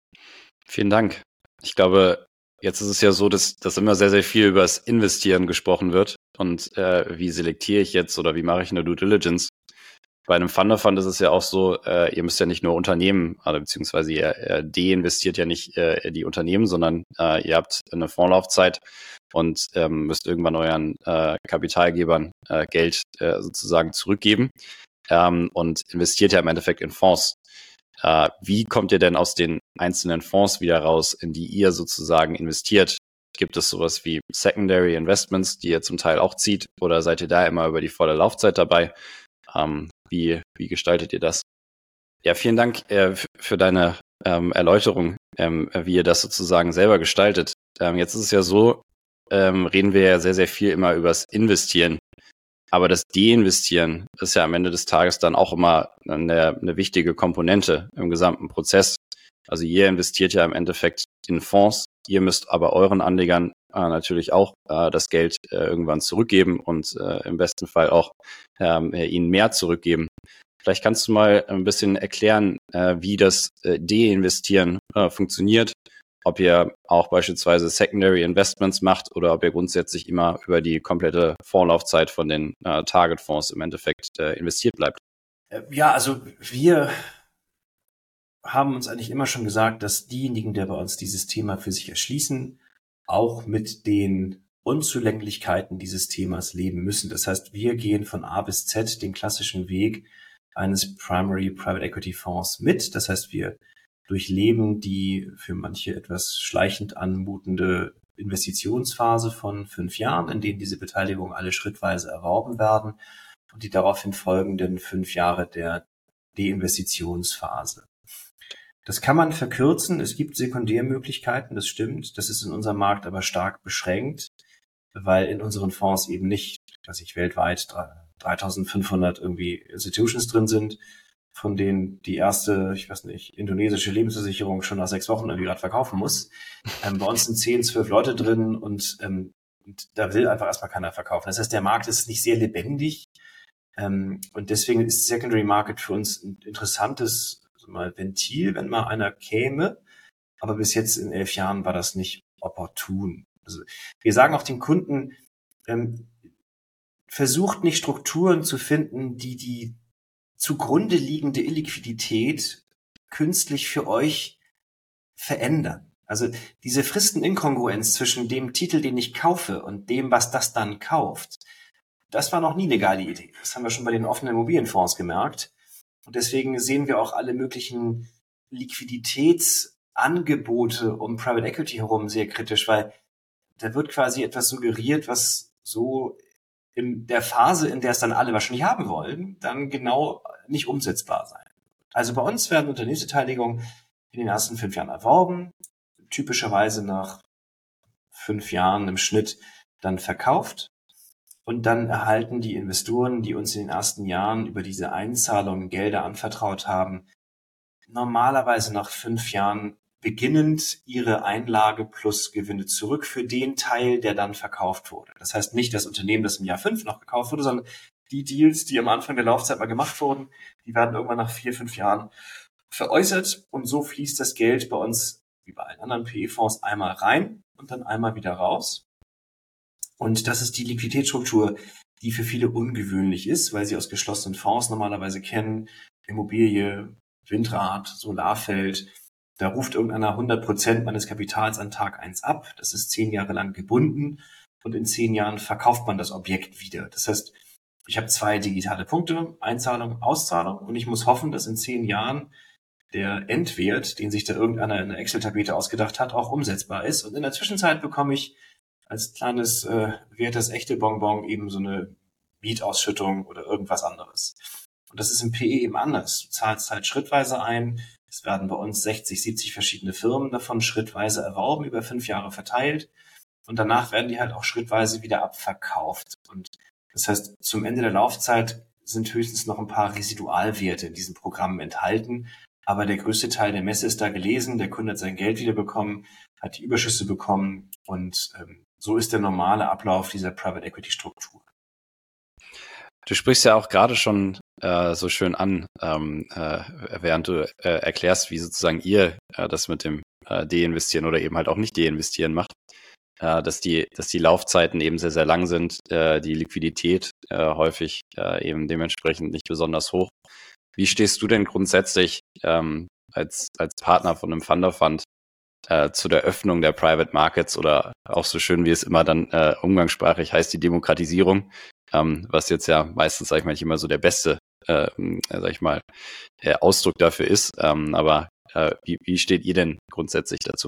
Speaker 2: Vielen Dank. Ich glaube, jetzt ist es ja so, dass, dass immer sehr, sehr viel über das Investieren gesprochen wird. Und äh, wie selektiere ich jetzt oder wie mache ich eine Due Diligence? Bei einem Fund of Fund ist es ja auch so, äh, ihr müsst ja nicht nur Unternehmen, also beziehungsweise ihr, ihr deinvestiert ja nicht äh, die Unternehmen, sondern äh, ihr habt eine Fondslaufzeit und ähm, müsst irgendwann euren äh, Kapitalgebern äh, Geld äh, sozusagen zurückgeben ähm, und investiert ja im Endeffekt in Fonds. Äh, wie kommt ihr denn aus den einzelnen Fonds wieder raus, in die ihr sozusagen investiert? Gibt es sowas wie Secondary Investments, die ihr zum Teil auch zieht, oder seid ihr da immer über die volle Laufzeit dabei? Ähm, wie, wie gestaltet ihr das? Ja, vielen Dank äh, für deine ähm, Erläuterung, ähm, wie ihr das sozusagen selber gestaltet. Ähm, jetzt ist es ja so, ähm, reden wir ja sehr, sehr viel immer übers Investieren. Aber das Deinvestieren ist ja am Ende des Tages dann auch immer eine, eine wichtige Komponente im gesamten Prozess. Also ihr investiert ja im Endeffekt in Fonds, ihr müsst aber euren Anlegern äh, natürlich auch äh, das Geld äh, irgendwann zurückgeben und äh, im besten Fall auch ähm, ihnen mehr zurückgeben. Vielleicht kannst du mal ein bisschen erklären, äh, wie das äh, Deinvestieren äh, funktioniert, ob ihr auch beispielsweise Secondary Investments macht oder ob ihr grundsätzlich immer über die komplette Vorlaufzeit von den äh, Target-Fonds im Endeffekt äh, investiert bleibt.
Speaker 1: Ja, also wir haben uns eigentlich immer schon gesagt, dass diejenigen, die bei uns dieses Thema für sich erschließen, auch mit den Unzulänglichkeiten dieses Themas leben müssen. Das heißt, wir gehen von A bis Z den klassischen Weg eines Primary Private Equity Fonds mit. Das heißt, wir durchleben die für manche etwas schleichend anmutende Investitionsphase von fünf Jahren, in denen diese Beteiligungen alle schrittweise erworben werden und die daraufhin folgenden fünf Jahre der Deinvestitionsphase. Das kann man verkürzen. Es gibt Sekundärmöglichkeiten, das stimmt. Das ist in unserem Markt aber stark beschränkt, weil in unseren Fonds eben nicht, weiß ich, weltweit dreitausendfünfhundert irgendwie Institutions drin sind, von denen die erste, ich weiß nicht, indonesische Lebensversicherung schon nach sechs Wochen irgendwie gerade verkaufen muss. Ähm, bei uns sind zehn, zwölf Leute drin und, ähm, und da will einfach erstmal keiner verkaufen. Das heißt, der Markt ist nicht sehr lebendig ähm, und deswegen ist Secondary Market für uns ein interessantes also mal Ventil, wenn mal einer käme. Aber bis jetzt in elf Jahren war das nicht opportun. Also wir sagen auch den Kunden, ähm, versucht nicht Strukturen zu finden, die die zugrunde liegende Illiquidität künstlich für euch verändern. Also diese Fristeninkongruenz zwischen dem Titel, den ich kaufe und dem, was das dann kauft, das war noch nie eine geile Idee. Das haben wir schon bei den offenen Immobilienfonds gemerkt. Und deswegen sehen wir auch alle möglichen Liquiditätsangebote um Private Equity herum sehr kritisch, weil da wird quasi etwas suggeriert, was so in der Phase, in der es dann alle wahrscheinlich haben wollen, dann genau nicht umsetzbar sein. Also bei uns werden Unternehmensbeteiligungen in den ersten fünf Jahren erworben, typischerweise nach fünf Jahren im Schnitt dann verkauft. Und dann erhalten die Investoren, die uns in den ersten Jahren über diese Einzahlungen Gelder anvertraut haben, normalerweise nach fünf Jahren beginnend ihre Einlage plus Gewinne zurück für den Teil, der dann verkauft wurde. Das heißt nicht das Unternehmen, das im Jahr fünf noch gekauft wurde, sondern die Deals, die am Anfang der Laufzeit mal gemacht wurden, die werden irgendwann nach vier, fünf Jahren veräußert und so fließt das Geld bei uns, wie bei allen anderen P E-Fonds, einmal rein und dann einmal wieder raus. Und das ist die Liquiditätsstruktur, die für viele ungewöhnlich ist, weil sie aus geschlossenen Fonds normalerweise kennen, Immobilie, Windrad, Solarfeld. Da ruft irgendeiner hundert Prozent meines Kapitals an Tag eins ab. Das ist zehn Jahre lang gebunden und in zehn Jahren verkauft man das Objekt wieder. Das heißt, ich habe zwei digitale Punkte, Einzahlung, Auszahlung, und ich muss hoffen, dass in zehn Jahren der Endwert, den sich da irgendeiner in der Excel-Tabelle ausgedacht hat, auch umsetzbar ist. Und in der Zwischenzeit bekomme ich als kleines äh, wertes echte Bonbon eben so eine Mietausschüttung oder irgendwas anderes. Und das ist im P E eben anders. Du zahlst halt schrittweise ein. Es werden bei uns sechzig, siebzig verschiedene Firmen davon schrittweise erworben, über fünf Jahre verteilt. Und danach werden die halt auch schrittweise wieder abverkauft. Und das heißt, zum Ende der Laufzeit sind höchstens noch ein paar Residualwerte in diesen Programmen enthalten. Aber der größte Teil der Messe ist da gelesen. Der Kunde hat sein Geld wieder bekommen, hat die Überschüsse bekommen. Und ähm, so ist der normale Ablauf dieser Private Equity Struktur.
Speaker 2: Du sprichst ja auch gerade schon äh, so schön an, ähm, äh, während du äh, erklärst, wie sozusagen ihr äh, das mit dem äh, Deinvestieren oder eben halt auch nicht Deinvestieren macht, äh, dass die, dass die Laufzeiten eben sehr, sehr lang sind, äh, die Liquidität äh, häufig äh, eben dementsprechend nicht besonders hoch. Wie stehst du denn grundsätzlich ähm, als, als Partner von einem Fund of Fund äh, zu der Öffnung der Private Markets oder auch so schön, wie es immer dann äh, umgangssprachlich heißt, die Demokratisierung? Ähm, was jetzt ja meistens, sag ich mal, nicht immer so der beste, äh, sag ich mal, äh, Ausdruck dafür ist. Ähm, aber äh, wie, wie steht ihr denn grundsätzlich dazu?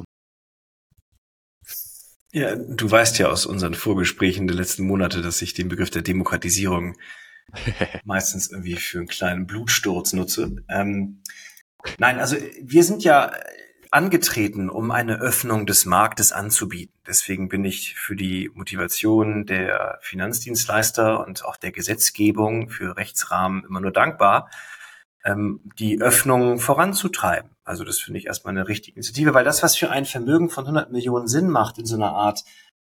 Speaker 1: Ja, du weißt ja aus unseren Vorgesprächen der letzten Monate, dass ich den Begriff der Demokratisierung meistens irgendwie für einen kleinen Blutsturz nutze. Ähm, nein, also wir sind ja angetreten, um eine Öffnung des Marktes anzubieten. Deswegen bin ich für die Motivation der Finanzdienstleister und auch der Gesetzgebung für Rechtsrahmen immer nur dankbar, ähm, die Öffnung voranzutreiben. Also das finde ich erstmal eine richtige Initiative, weil das, was für ein Vermögen von hundert Millionen Sinn macht in so einer Art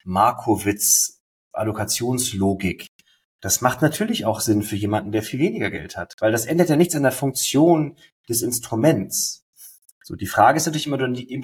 Speaker 1: Markowitz-Allokationslogik, das macht natürlich auch Sinn für jemanden, der viel weniger Geld hat, weil das ändert ja nichts an der Funktion des Instruments. So, die Frage ist natürlich immer dann die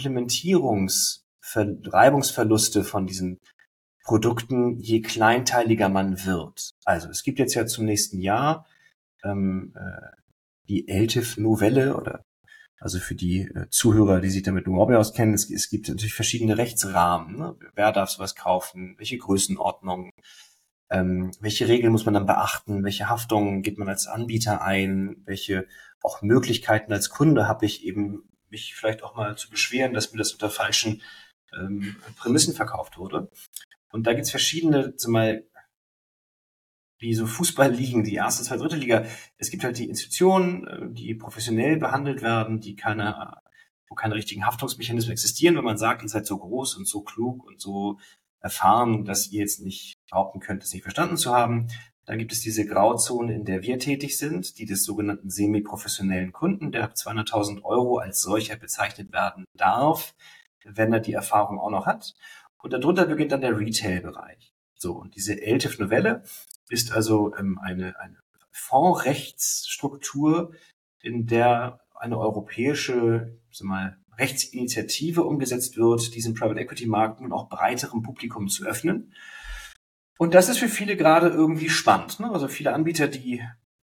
Speaker 1: Implementierungsreibungsverluste von diesen Produkten, je kleinteiliger man wird. Also es gibt jetzt ja zum nächsten Jahr ähm, äh, die L T I F-Novelle oder also für die äh, Zuhörer, die sich damit überhaupt nicht auskennen, es, es gibt natürlich verschiedene Rechtsrahmen. Ne? Wer darf sowas kaufen? Welche Größenordnung? Ähm, welche Regeln muss man dann beachten? Welche Haftungen geht man als Anbieter ein? Welche auch Möglichkeiten als Kunde habe ich eben, mich vielleicht auch mal zu beschweren, dass mir das unter falschen ähm, Prämissen verkauft wurde. Und da gibt's verschiedene, zumal wie so Fußballligen, die erste, zweite, dritte Liga. Es gibt halt die Institutionen, die professionell behandelt werden, die keine, wo keine richtigen Haftungsmechanismen existieren, wenn man sagt, ihr seid so groß und so klug und so erfahren, dass ihr jetzt nicht behaupten könnt, es nicht verstanden zu haben. Dann gibt es diese Grauzone, in der wir tätig sind, die des sogenannten semi-professionellen Kunden, der ab zweihunderttausend Euro als solcher bezeichnet werden darf, wenn er die Erfahrung auch noch hat. Und darunter beginnt dann der Retail-Bereich. So, und diese L T I F-Novelle ist also ähm, eine, eine Fondsrechtsstruktur, in der eine europäische, sag mal, Rechtsinitiative umgesetzt wird, diesen Private Equity Markt nun auch breiterem Publikum zu öffnen. Und das ist für viele gerade irgendwie spannend, ne? Also viele Anbieter, die,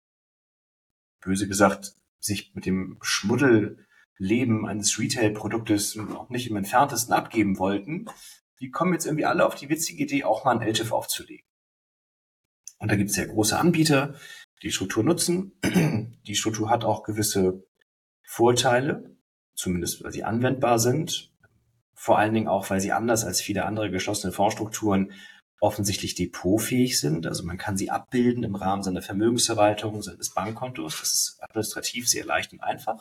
Speaker 1: böse gesagt, sich mit dem Schmuddelleben eines Retail-Produktes auch nicht im Entferntesten abgeben wollten, die kommen jetzt irgendwie alle auf die witzige Idee, auch mal ein L T I F aufzulegen. Und da gibt es ja große Anbieter, die die Struktur nutzen. Die Struktur hat auch gewisse Vorteile, zumindest weil sie anwendbar sind. Vor allen Dingen auch, weil sie anders als viele andere geschlossene Fondsstrukturen offensichtlich depotfähig sind. Also man kann sie abbilden im Rahmen seiner Vermögensverwaltung, seines Bankkontos. Das ist administrativ sehr leicht und einfach.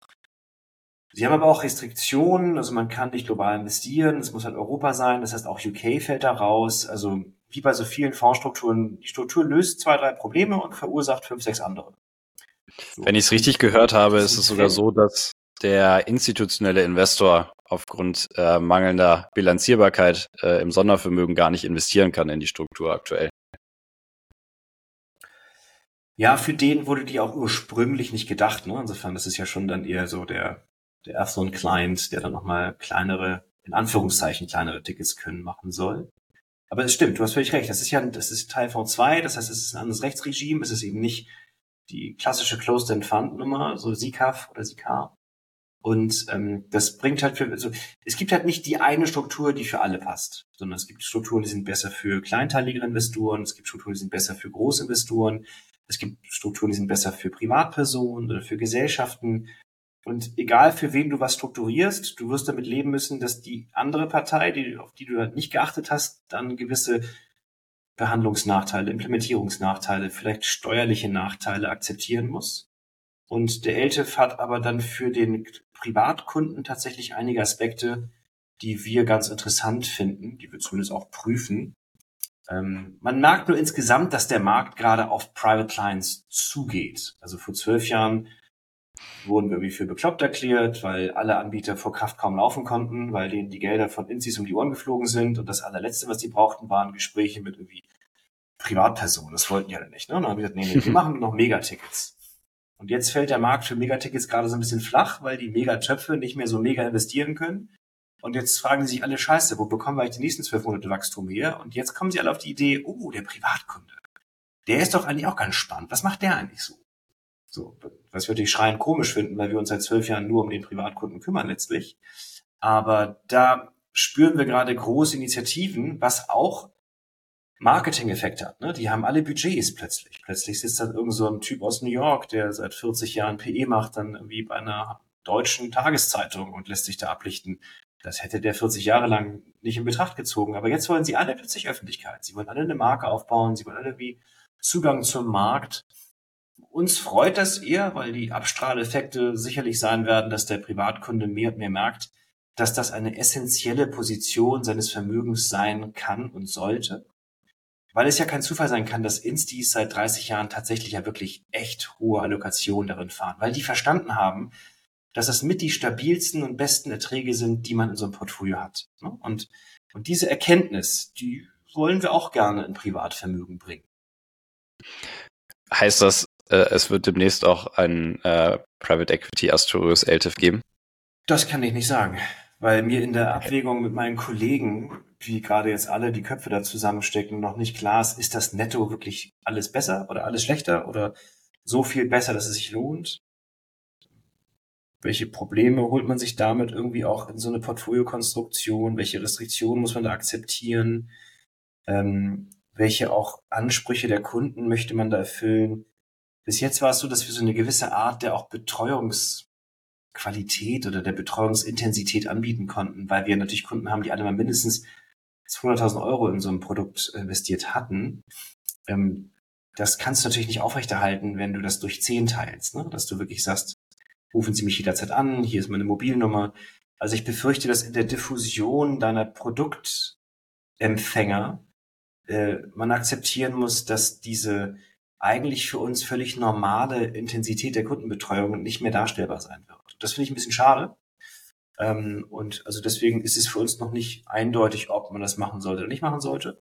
Speaker 1: Sie haben aber auch Restriktionen, also man kann nicht global investieren, es muss halt Europa sein, das heißt auch U K fällt da raus. Also wie bei so vielen Fondsstrukturen, die Struktur löst zwei, drei Probleme und verursacht fünf, sechs andere.
Speaker 2: So. Wenn ich es richtig gehört habe, ist es sogar so, dass der institutionelle Investor aufgrund äh, mangelnder Bilanzierbarkeit äh, im Sondervermögen gar nicht investieren kann in die Struktur aktuell.
Speaker 1: Ja, für den wurde die auch ursprünglich nicht gedacht. Ne? Insofern, das ist ja schon dann eher so der der Affluent-Client, der dann nochmal kleinere, in Anführungszeichen kleinere Tickets können machen soll. Aber es stimmt, du hast völlig recht. Das ist ja, das ist Teil V zwei, das heißt, es ist ein anderes Rechtsregime, es ist eben nicht die klassische Closed-End-Fund-Nummer, so S I C A F oder S I C A. Und ähm, das bringt halt für, also es gibt halt nicht die eine Struktur, die für alle passt, sondern es gibt Strukturen, die sind besser für kleinteiligere Investoren, es gibt Strukturen, die sind besser für Großinvestoren, es gibt Strukturen, die sind besser für Privatpersonen oder für Gesellschaften. Und egal für wen du was strukturierst, du wirst damit leben müssen, dass die andere Partei, die, auf die du halt nicht geachtet hast, dann gewisse Behandlungsnachteile, Implementierungsnachteile, vielleicht steuerliche Nachteile akzeptieren muss. Und der L T I F hat aber dann für den Privatkunden tatsächlich einige Aspekte, die wir ganz interessant finden, die wir zumindest auch prüfen. Ähm, man merkt nur insgesamt, dass der Markt gerade auf Private Clients zugeht. Also vor zwölf Jahren wurden wir irgendwie für bekloppt erklärt, weil alle Anbieter vor Kraft kaum laufen konnten, weil denen die Gelder von Insis um die Ohren geflogen sind. Und das allerletzte, was die brauchten, waren Gespräche mit irgendwie Privatpersonen. Das wollten die alle nicht. Ne? Und dann haben wir gesagt, nee, nee, wir machen noch Megatickets. Und jetzt fällt der Markt für Megatickets gerade so ein bisschen flach, weil die Megatöpfe nicht mehr so mega investieren können. Und jetzt fragen sie sich alle, Scheiße, wo bekommen wir eigentlich die nächsten zwölf Monate Wachstum her? Und jetzt kommen sie alle auf die Idee, oh, der Privatkunde, der ist doch eigentlich auch ganz spannend. Was macht der eigentlich so? So, was wir natürlich schreiend komisch finden, weil wir uns seit zwölf Jahren nur um den Privatkunden kümmern letztlich. Aber da spüren wir gerade große Initiativen, was auch Marketing-Effekt hat. Ne? Die haben alle Budgets plötzlich. Plötzlich sitzt dann irgend so ein Typ aus New York, der seit vierzig Jahren P E macht, dann irgendwie bei einer deutschen Tageszeitung und lässt sich da ablichten. Das hätte der vierzig Jahre lang nicht in Betracht gezogen. Aber jetzt wollen sie alle plötzlich Öffentlichkeit. Sie wollen alle eine Marke aufbauen. Sie wollen alle wie Zugang zum Markt. Uns freut das eher, weil die Abstrahleffekte sicherlich sein werden, dass der Privatkunde mehr und mehr merkt, dass das eine essentielle Position seines Vermögens sein kann und sollte. Weil es ja kein Zufall sein kann, dass Instis seit dreißig Jahren tatsächlich ja wirklich echt hohe Allokationen darin fahren. Weil die verstanden haben, dass das mit die stabilsten und besten Erträge sind, die man in so einem Portfolio hat. Und, und diese Erkenntnis, die wollen wir auch gerne in Privatvermögen bringen.
Speaker 2: Heißt das, äh, es wird demnächst auch ein äh, Private Equity Asterios L T I F geben?
Speaker 1: Das kann ich nicht sagen, weil mir in der Abwägung mit meinen Kollegen, wie gerade jetzt alle die Köpfe da zusammenstecken, noch nicht klar ist, ist das netto wirklich alles besser oder alles schlechter oder so viel besser, dass es sich lohnt? Welche Probleme holt man sich damit irgendwie auch in so eine Portfoliokonstruktion? Welche Restriktionen muss man da akzeptieren? Ähm, welche auch Ansprüche der Kunden möchte man da erfüllen? Bis jetzt war es so, dass wir so eine gewisse Art der auch Betreuungsqualität oder der Betreuungsintensität anbieten konnten, weil wir natürlich Kunden haben, die alle mal mindestens zweihunderttausend Euro in so ein Produkt investiert hatten. Ähm, das kannst du natürlich nicht aufrechterhalten, wenn du das durch zehn teilst, ne? Dass du wirklich sagst, rufen Sie mich jederzeit an, hier ist meine Mobilnummer. Also ich befürchte, dass in der Diffusion deiner Produktempfänger äh, man akzeptieren muss, dass diese eigentlich für uns völlig normale Intensität der Kundenbetreuung nicht mehr darstellbar sein wird. Das finde ich ein bisschen schade. Ähm, und also deswegen ist es für uns noch nicht eindeutig, ob man das machen sollte oder nicht machen sollte.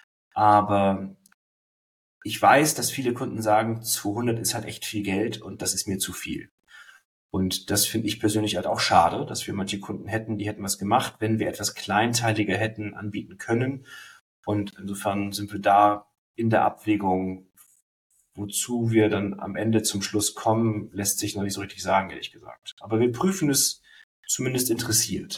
Speaker 1: Aber ich weiß, dass viele Kunden sagen, zweihundert ist halt echt viel Geld und das ist mir zu viel. Und das finde ich persönlich halt auch schade, dass wir manche Kunden hätten, die hätten was gemacht, wenn wir etwas kleinteiliger hätten anbieten können. Und insofern sind wir da in der Abwägung, wozu wir dann am Ende zum Schluss kommen, lässt sich noch nicht so richtig sagen, ehrlich gesagt. Aber wir prüfen es zumindest interessiert.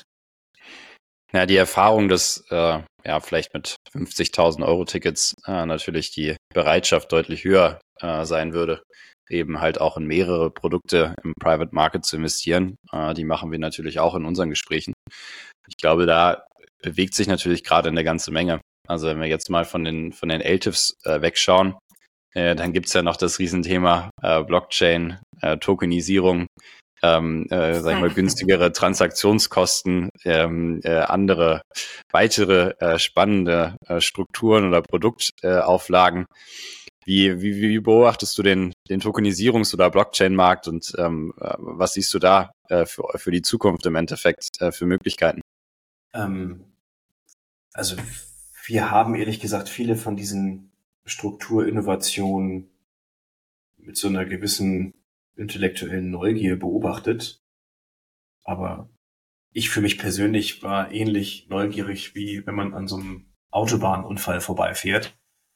Speaker 2: Ja, die Erfahrung, dass äh, ja vielleicht mit fünfzigtausend Euro Tickets äh, natürlich die Bereitschaft deutlich höher äh, sein würde, eben halt auch in mehrere Produkte im Private Market zu investieren. Äh, die machen wir natürlich auch in unseren Gesprächen. Ich glaube, da bewegt sich natürlich gerade eine ganze Menge. Also wenn wir jetzt mal von den von den L T I Fs äh, wegschauen, äh, dann gibt's ja noch das Riesenthema äh, Blockchain, äh, Tokenisierung, ähm, äh, sag ich mal, günstigere Transaktionskosten, ähm, äh, andere weitere äh, spannende äh, Strukturen oder Produktauflagen. Äh, wie, wie, wie beobachtest du den, den Tokenisierungs- oder Blockchain-Markt und ähm, was siehst du da äh, für, für die Zukunft im Endeffekt äh, für Möglichkeiten?
Speaker 1: Ähm, also wir haben ehrlich gesagt viele von diesen Strukturinnovationen mit so einer gewissen intellektuellen Neugier beobachtet. Aber ich für mich persönlich war ähnlich neugierig, wie wenn man an so einem Autobahnunfall vorbeifährt,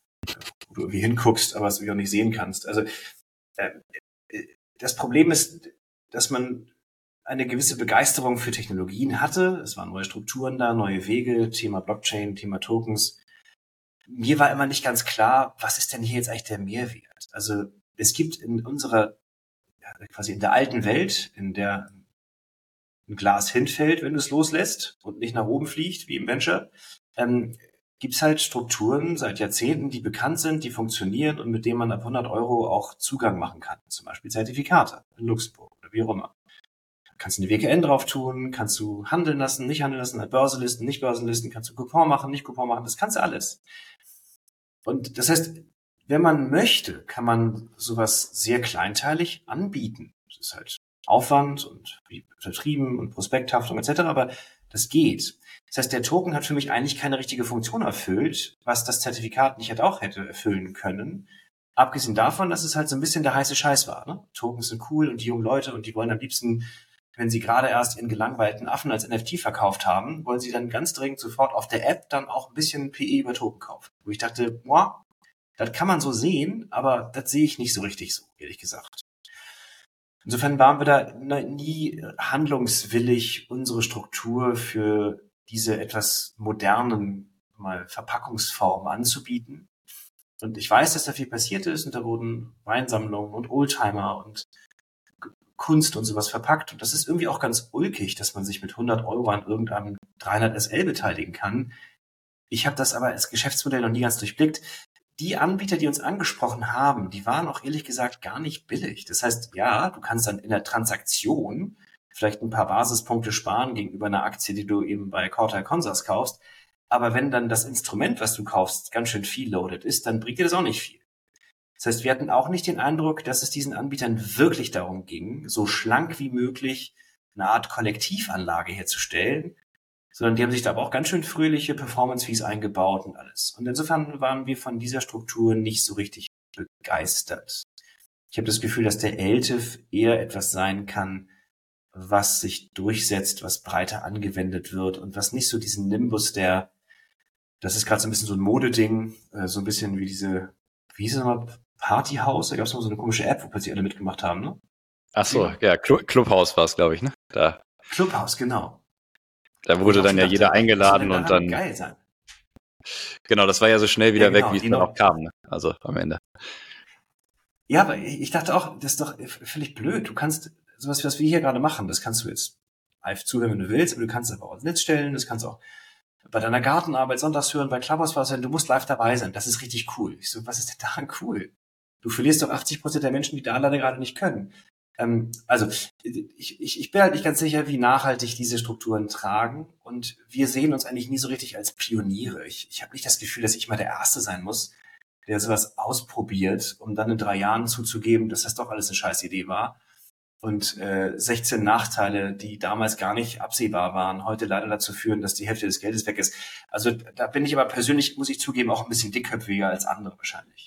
Speaker 1: wo du irgendwie hinguckst, aber es irgendwie auch nicht sehen kannst. Also äh, das Problem ist, dass man eine gewisse Begeisterung für Technologien hatte. Es waren neue Strukturen da, neue Wege, Thema Blockchain, Thema Tokens. Mir war immer nicht ganz klar, was ist denn hier jetzt eigentlich der Mehrwert? Also es gibt in unserer, ja, quasi in der alten Welt, in der ein Glas hinfällt, wenn du es loslässt und nicht nach oben fliegt, wie im Venture, ähm, gibt's halt Strukturen seit Jahrzehnten, die bekannt sind, die funktionieren und mit denen man ab hundert Euro auch Zugang machen kann. Zum Beispiel Zertifikate in Luxemburg oder wie auch immer. Kannst du eine W K N drauf tun, kannst du handeln lassen, nicht handeln lassen, Börsenlisten, nicht Börsenlisten, kannst du Coupon machen, nicht Coupon machen, das kannst du alles. Und das heißt, wenn man möchte, kann man sowas sehr kleinteilig anbieten. Das ist halt Aufwand und Vertrieben und Prospekthaftung et cetera, aber das geht. Das heißt, der Token hat für mich eigentlich keine richtige Funktion erfüllt, was das Zertifikat nicht halt auch hätte erfüllen können. Abgesehen davon, dass es halt so ein bisschen der heiße Scheiß war. Ne? Tokens sind cool und die jungen Leute und die wollen am liebsten, wenn sie gerade erst ihren gelangweilten Affen als N F T verkauft haben, wollen sie dann ganz dringend sofort auf der App dann auch ein bisschen P E über Token kaufen. Wo ich dachte, boah, das kann man so sehen, aber das sehe ich nicht so richtig so, ehrlich gesagt. Insofern waren wir da nie handlungswillig, unsere Struktur für diese etwas modernen mal Verpackungsformen anzubieten. Und ich weiß, dass da viel passiert ist und da wurden Weinsammlungen und Oldtimer und Kunst und sowas verpackt. Und das ist irgendwie auch ganz ulkig, dass man sich mit hundert Euro an irgendeinem dreihundert S L beteiligen kann. Ich habe das aber als Geschäftsmodell noch nie ganz durchblickt. Die Anbieter, die uns angesprochen haben, die waren auch ehrlich gesagt gar nicht billig. Das heißt, ja, du kannst dann in der Transaktion vielleicht ein paar Basispunkte sparen gegenüber einer Aktie, die du eben bei Cortal Consors kaufst. Aber wenn dann das Instrument, was du kaufst, ganz schön viel loaded ist, dann bringt dir das auch nicht viel. Das heißt, wir hatten auch nicht den Eindruck, dass es diesen Anbietern wirklich darum ging, so schlank wie möglich eine Art Kollektivanlage herzustellen, sondern die haben sich da aber auch ganz schön fröhliche Performance-Fees eingebaut und alles. Und insofern waren wir von dieser Struktur nicht so richtig begeistert. Ich habe das Gefühl, dass der L T I F eher etwas sein kann, was sich durchsetzt, was breiter angewendet wird und was nicht so diesen Nimbus der, das ist gerade so ein bisschen so ein Modeding, so ein bisschen wie diese, wie hieß es nochmal, Partyhouse? Da gab es noch so eine komische App, wo plötzlich alle mitgemacht haben, ne?
Speaker 2: Ach so, ja, Cl- Clubhouse war es, glaube ich, ne? Da.
Speaker 1: Clubhouse, genau.
Speaker 2: Da wurde dann ja dachte, jeder eingeladen und dann.
Speaker 1: Geil sein.
Speaker 2: Genau, das war ja so schnell wieder ja, genau, weg, wie es dann
Speaker 1: noch,
Speaker 2: auch kam, ne? Also am Ende.
Speaker 1: Ja, aber ich dachte auch, das ist doch völlig blöd. Du kannst sowas, was wir hier gerade machen, das kannst du jetzt live zuhören, wenn du willst, aber du kannst es aber auch ins Netz stellen, das kannst du auch bei deiner Gartenarbeit sonntags hören, bei Clubhouse was sein, du musst live dabei sein. Das ist richtig cool. Ich so, was ist denn daran cool? Du verlierst doch achtzig Prozent der Menschen, die da leider gerade nicht können. Ähm, also ich, ich, ich bin halt nicht ganz sicher, wie nachhaltig diese Strukturen tragen und wir sehen uns eigentlich nie so richtig als Pioniere. Ich, ich habe nicht das Gefühl, dass ich mal der Erste sein muss, der sowas ausprobiert, um dann in drei Jahren zuzugeben, dass das doch alles eine scheiß Idee war. Und äh, sechzehn Nachteile, die damals gar nicht absehbar waren, heute leider dazu führen, dass die Hälfte des Geldes weg ist. Also da bin ich aber persönlich, muss ich zugeben, auch ein bisschen dickköpfiger als andere wahrscheinlich.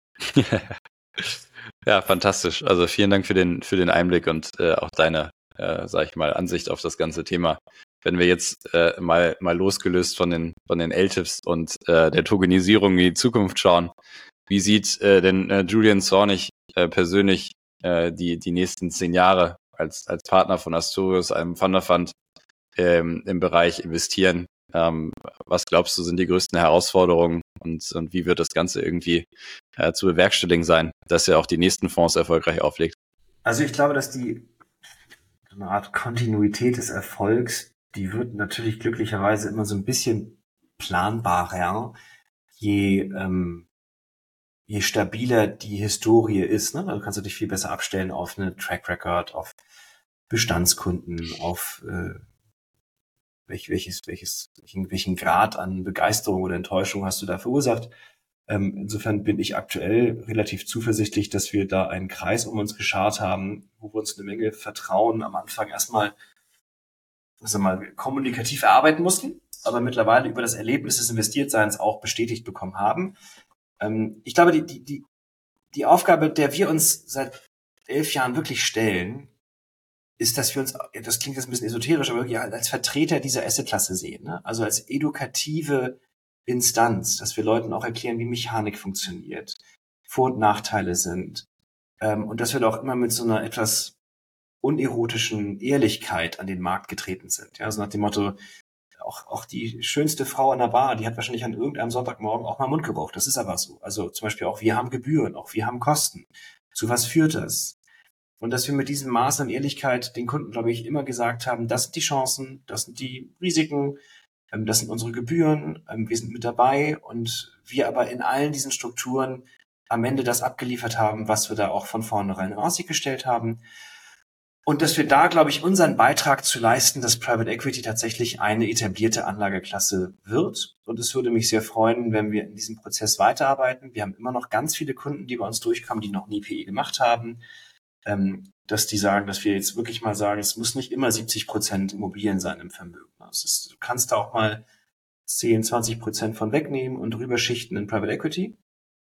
Speaker 2: Ja, fantastisch. Also vielen Dank für den für den Einblick und äh, auch deine, äh, sag ich mal, Ansicht auf das ganze Thema. Wenn wir jetzt äh, mal mal losgelöst von den von den L T I Fs und äh, der Tokenisierung in die Zukunft schauen, wie sieht äh, denn äh, Julian Zornig äh, persönlich äh, die die nächsten zehn Jahre als als Partner von Astorius, einem Fund of Fund ähm, im Bereich Investieren? Ähm, was glaubst du, sind die größten Herausforderungen und, und wie wird das Ganze irgendwie äh, zu bewerkstelligen sein, dass er auch die nächsten Fonds erfolgreich auflegt?
Speaker 1: Also ich glaube, dass die so eine Art Kontinuität des Erfolgs, die wird natürlich glücklicherweise immer so ein bisschen planbarer, je ähm, je stabiler die Historie ist. Ne? Also kannst du dich viel besser abstellen auf eine Track Record, auf Bestandskunden, auf äh, welch, welches, welches, welchen, welchen Grad an Begeisterung oder Enttäuschung hast du da verursacht. Ähm, insofern bin ich aktuell relativ zuversichtlich, dass wir da einen Kreis um uns geschart haben, wo wir uns eine Menge Vertrauen am Anfang erstmal, also mal kommunikativ erarbeiten mussten, aber mittlerweile über das Erlebnis des Investiertseins auch bestätigt bekommen haben. Ähm, ich glaube, die, die, die, die Aufgabe, der wir uns seit elf Jahren wirklich stellen, ist, dass wir uns, das klingt jetzt ein bisschen esoterisch, aber wirklich als Vertreter dieser Assetklasse sehen, ne? Also als edukative Instanz, dass wir Leuten auch erklären, wie Mechanik funktioniert, Vor- und Nachteile sind, ähm, und dass wir da auch immer mit so einer etwas unerotischen Ehrlichkeit an den Markt getreten sind. Ja, so nach dem Motto, auch, auch die schönste Frau an der Bar, die hat wahrscheinlich an irgendeinem Sonntagmorgen auch mal Mundgeruch. Das ist aber so. Also zum Beispiel auch wir haben Gebühren, auch wir haben Kosten. Zu was führt das? Und dass wir mit diesem Maß an Ehrlichkeit den Kunden, glaube ich, immer gesagt haben, das sind die Chancen, das sind die Risiken, ähm, das sind unsere Gebühren, ähm, wir sind mit dabei und wir aber in allen diesen Strukturen am Ende das abgeliefert haben, was wir da auch von vornherein in Aussicht gestellt haben. Und dass wir da, glaube ich, unseren Beitrag zu leisten, dass Private Equity tatsächlich eine etablierte Anlageklasse wird. Und es würde mich sehr freuen, wenn wir in diesem Prozess weiterarbeiten. Wir haben immer noch ganz viele Kunden, die bei uns durchkommen, die noch nie P E gemacht haben. Ähm, dass die sagen, dass wir jetzt wirklich mal sagen, es muss nicht immer siebzig Prozent Immobilien sein im Vermögen. Es ist, du kannst da auch mal zehn, zwanzig Prozent von wegnehmen und rüberschichten in Private Equity.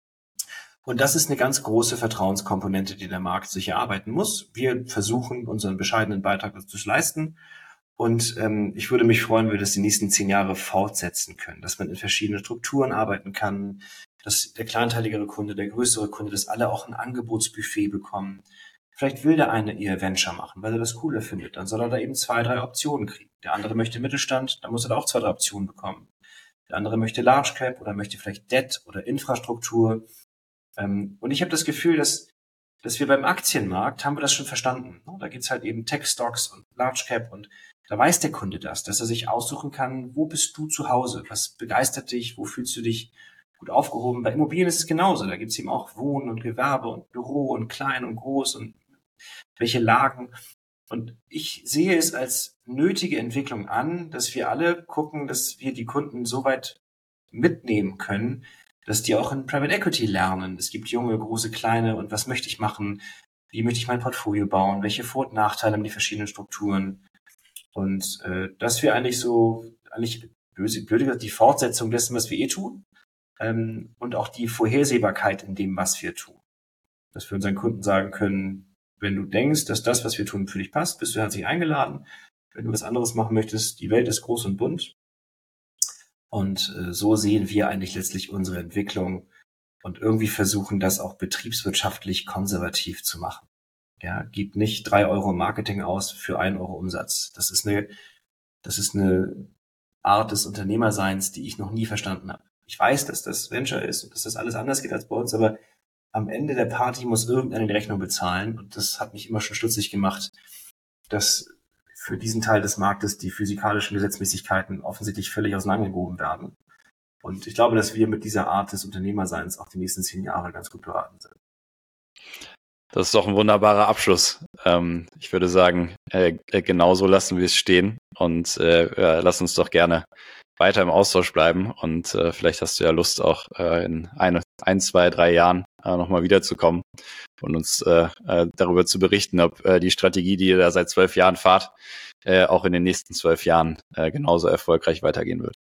Speaker 1: Und das ist eine ganz große Vertrauenskomponente, die der Markt sich erarbeiten muss. Wir versuchen, unseren bescheidenen Beitrag dazu zu leisten. Und ähm, ich würde mich freuen, wenn wir das die nächsten zehn Jahre fortsetzen können, dass man in verschiedenen Strukturen arbeiten kann, dass der kleinteiligere Kunde, der größere Kunde, dass alle auch ein Angebotsbuffet bekommen. Vielleicht will der eine eher Venture machen, weil er das cooler findet. Dann soll er da eben zwei, drei Optionen kriegen. Der andere möchte Mittelstand, dann muss er da auch zwei, drei Optionen bekommen. Der andere möchte Large Cap oder möchte vielleicht Debt oder Infrastruktur. Und ich habe das Gefühl, dass, dass wir beim Aktienmarkt haben wir das schon verstanden. Da gibt's halt eben Tech-Stocks und Large Cap und da weiß der Kunde das, dass er sich aussuchen kann, wo bist du zu Hause? Was begeistert dich? Wo fühlst du dich gut aufgehoben? Bei Immobilien ist es genauso. Da gibt's eben auch Wohnen und Gewerbe und Büro und klein und groß und welche Lagen. Und ich sehe es als nötige Entwicklung an, dass wir alle gucken, dass wir die Kunden so weit mitnehmen können, dass die auch in Private Equity lernen. Es gibt junge, große, kleine und was möchte ich machen? Wie möchte ich mein Portfolio bauen? Welche Vor- und Nachteile haben die verschiedenen Strukturen? Und äh, dass wir eigentlich so, eigentlich böse, blöd gesagt, die Fortsetzung dessen, was wir eh tun ähm, und auch die Vorhersehbarkeit in dem, was wir tun. Dass wir unseren Kunden sagen können, wenn du denkst, dass das, was wir tun, für dich passt, bist du herzlich eingeladen. Wenn du was anderes machen möchtest, die Welt ist groß und bunt. Und äh, so sehen wir eigentlich letztlich unsere Entwicklung und irgendwie versuchen, das auch betriebswirtschaftlich konservativ zu machen. Ja, gib nicht drei Euro Marketing aus für ein Euro Umsatz. Das ist eine, das ist eine Art des Unternehmerseins, die ich noch nie verstanden habe. Ich weiß, dass das Venture ist und dass das alles anders geht als bei uns, aber am Ende der Party muss irgendeiner die Rechnung bezahlen und das hat mich immer schon stutzig gemacht, dass für diesen Teil des Marktes die physikalischen Gesetzmäßigkeiten offensichtlich völlig auseinandergehoben werden. Und ich glaube, dass wir mit dieser Art des Unternehmerseins auch die nächsten zehn Jahre ganz gut beraten sind.
Speaker 2: Das ist doch ein wunderbarer Abschluss. Ähm, ich würde sagen, äh, genauso lassen wir es stehen und äh, ja, lass uns doch gerne weiter im Austausch bleiben und äh, vielleicht hast du ja Lust auch äh, in eine, ein, zwei, drei Jahren äh, nochmal wiederzukommen und uns äh, äh, darüber zu berichten, ob äh, die Strategie, die ihr da seit zwölf Jahren fahrt, äh, auch in den nächsten zwölf Jahren äh, genauso erfolgreich weitergehen wird.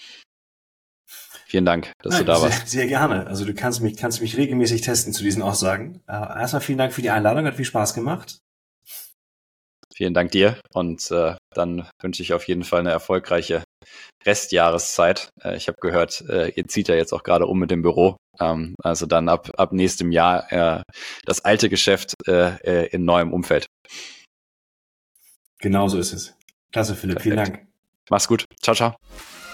Speaker 2: Vielen Dank, dass
Speaker 1: Nein,
Speaker 2: du da
Speaker 1: sehr,
Speaker 2: warst.
Speaker 1: Sehr gerne. Also du kannst mich, kannst mich regelmäßig testen zu diesen Aussagen. Äh, erstmal vielen Dank für die Einladung, hat viel Spaß gemacht.
Speaker 2: Vielen Dank dir und äh, dann wünsche ich auf jeden Fall eine erfolgreiche Restjahreszeit. Äh, ich habe gehört, äh, ihr zieht ja jetzt auch gerade um mit dem Büro. Ähm, also dann ab, ab nächstem Jahr äh, das alte Geschäft äh, in neuem Umfeld.
Speaker 1: Genau so ist es. Klasse, Philipp.
Speaker 2: Perfekt.
Speaker 1: Vielen Dank.
Speaker 2: Mach's gut. Ciao, ciao.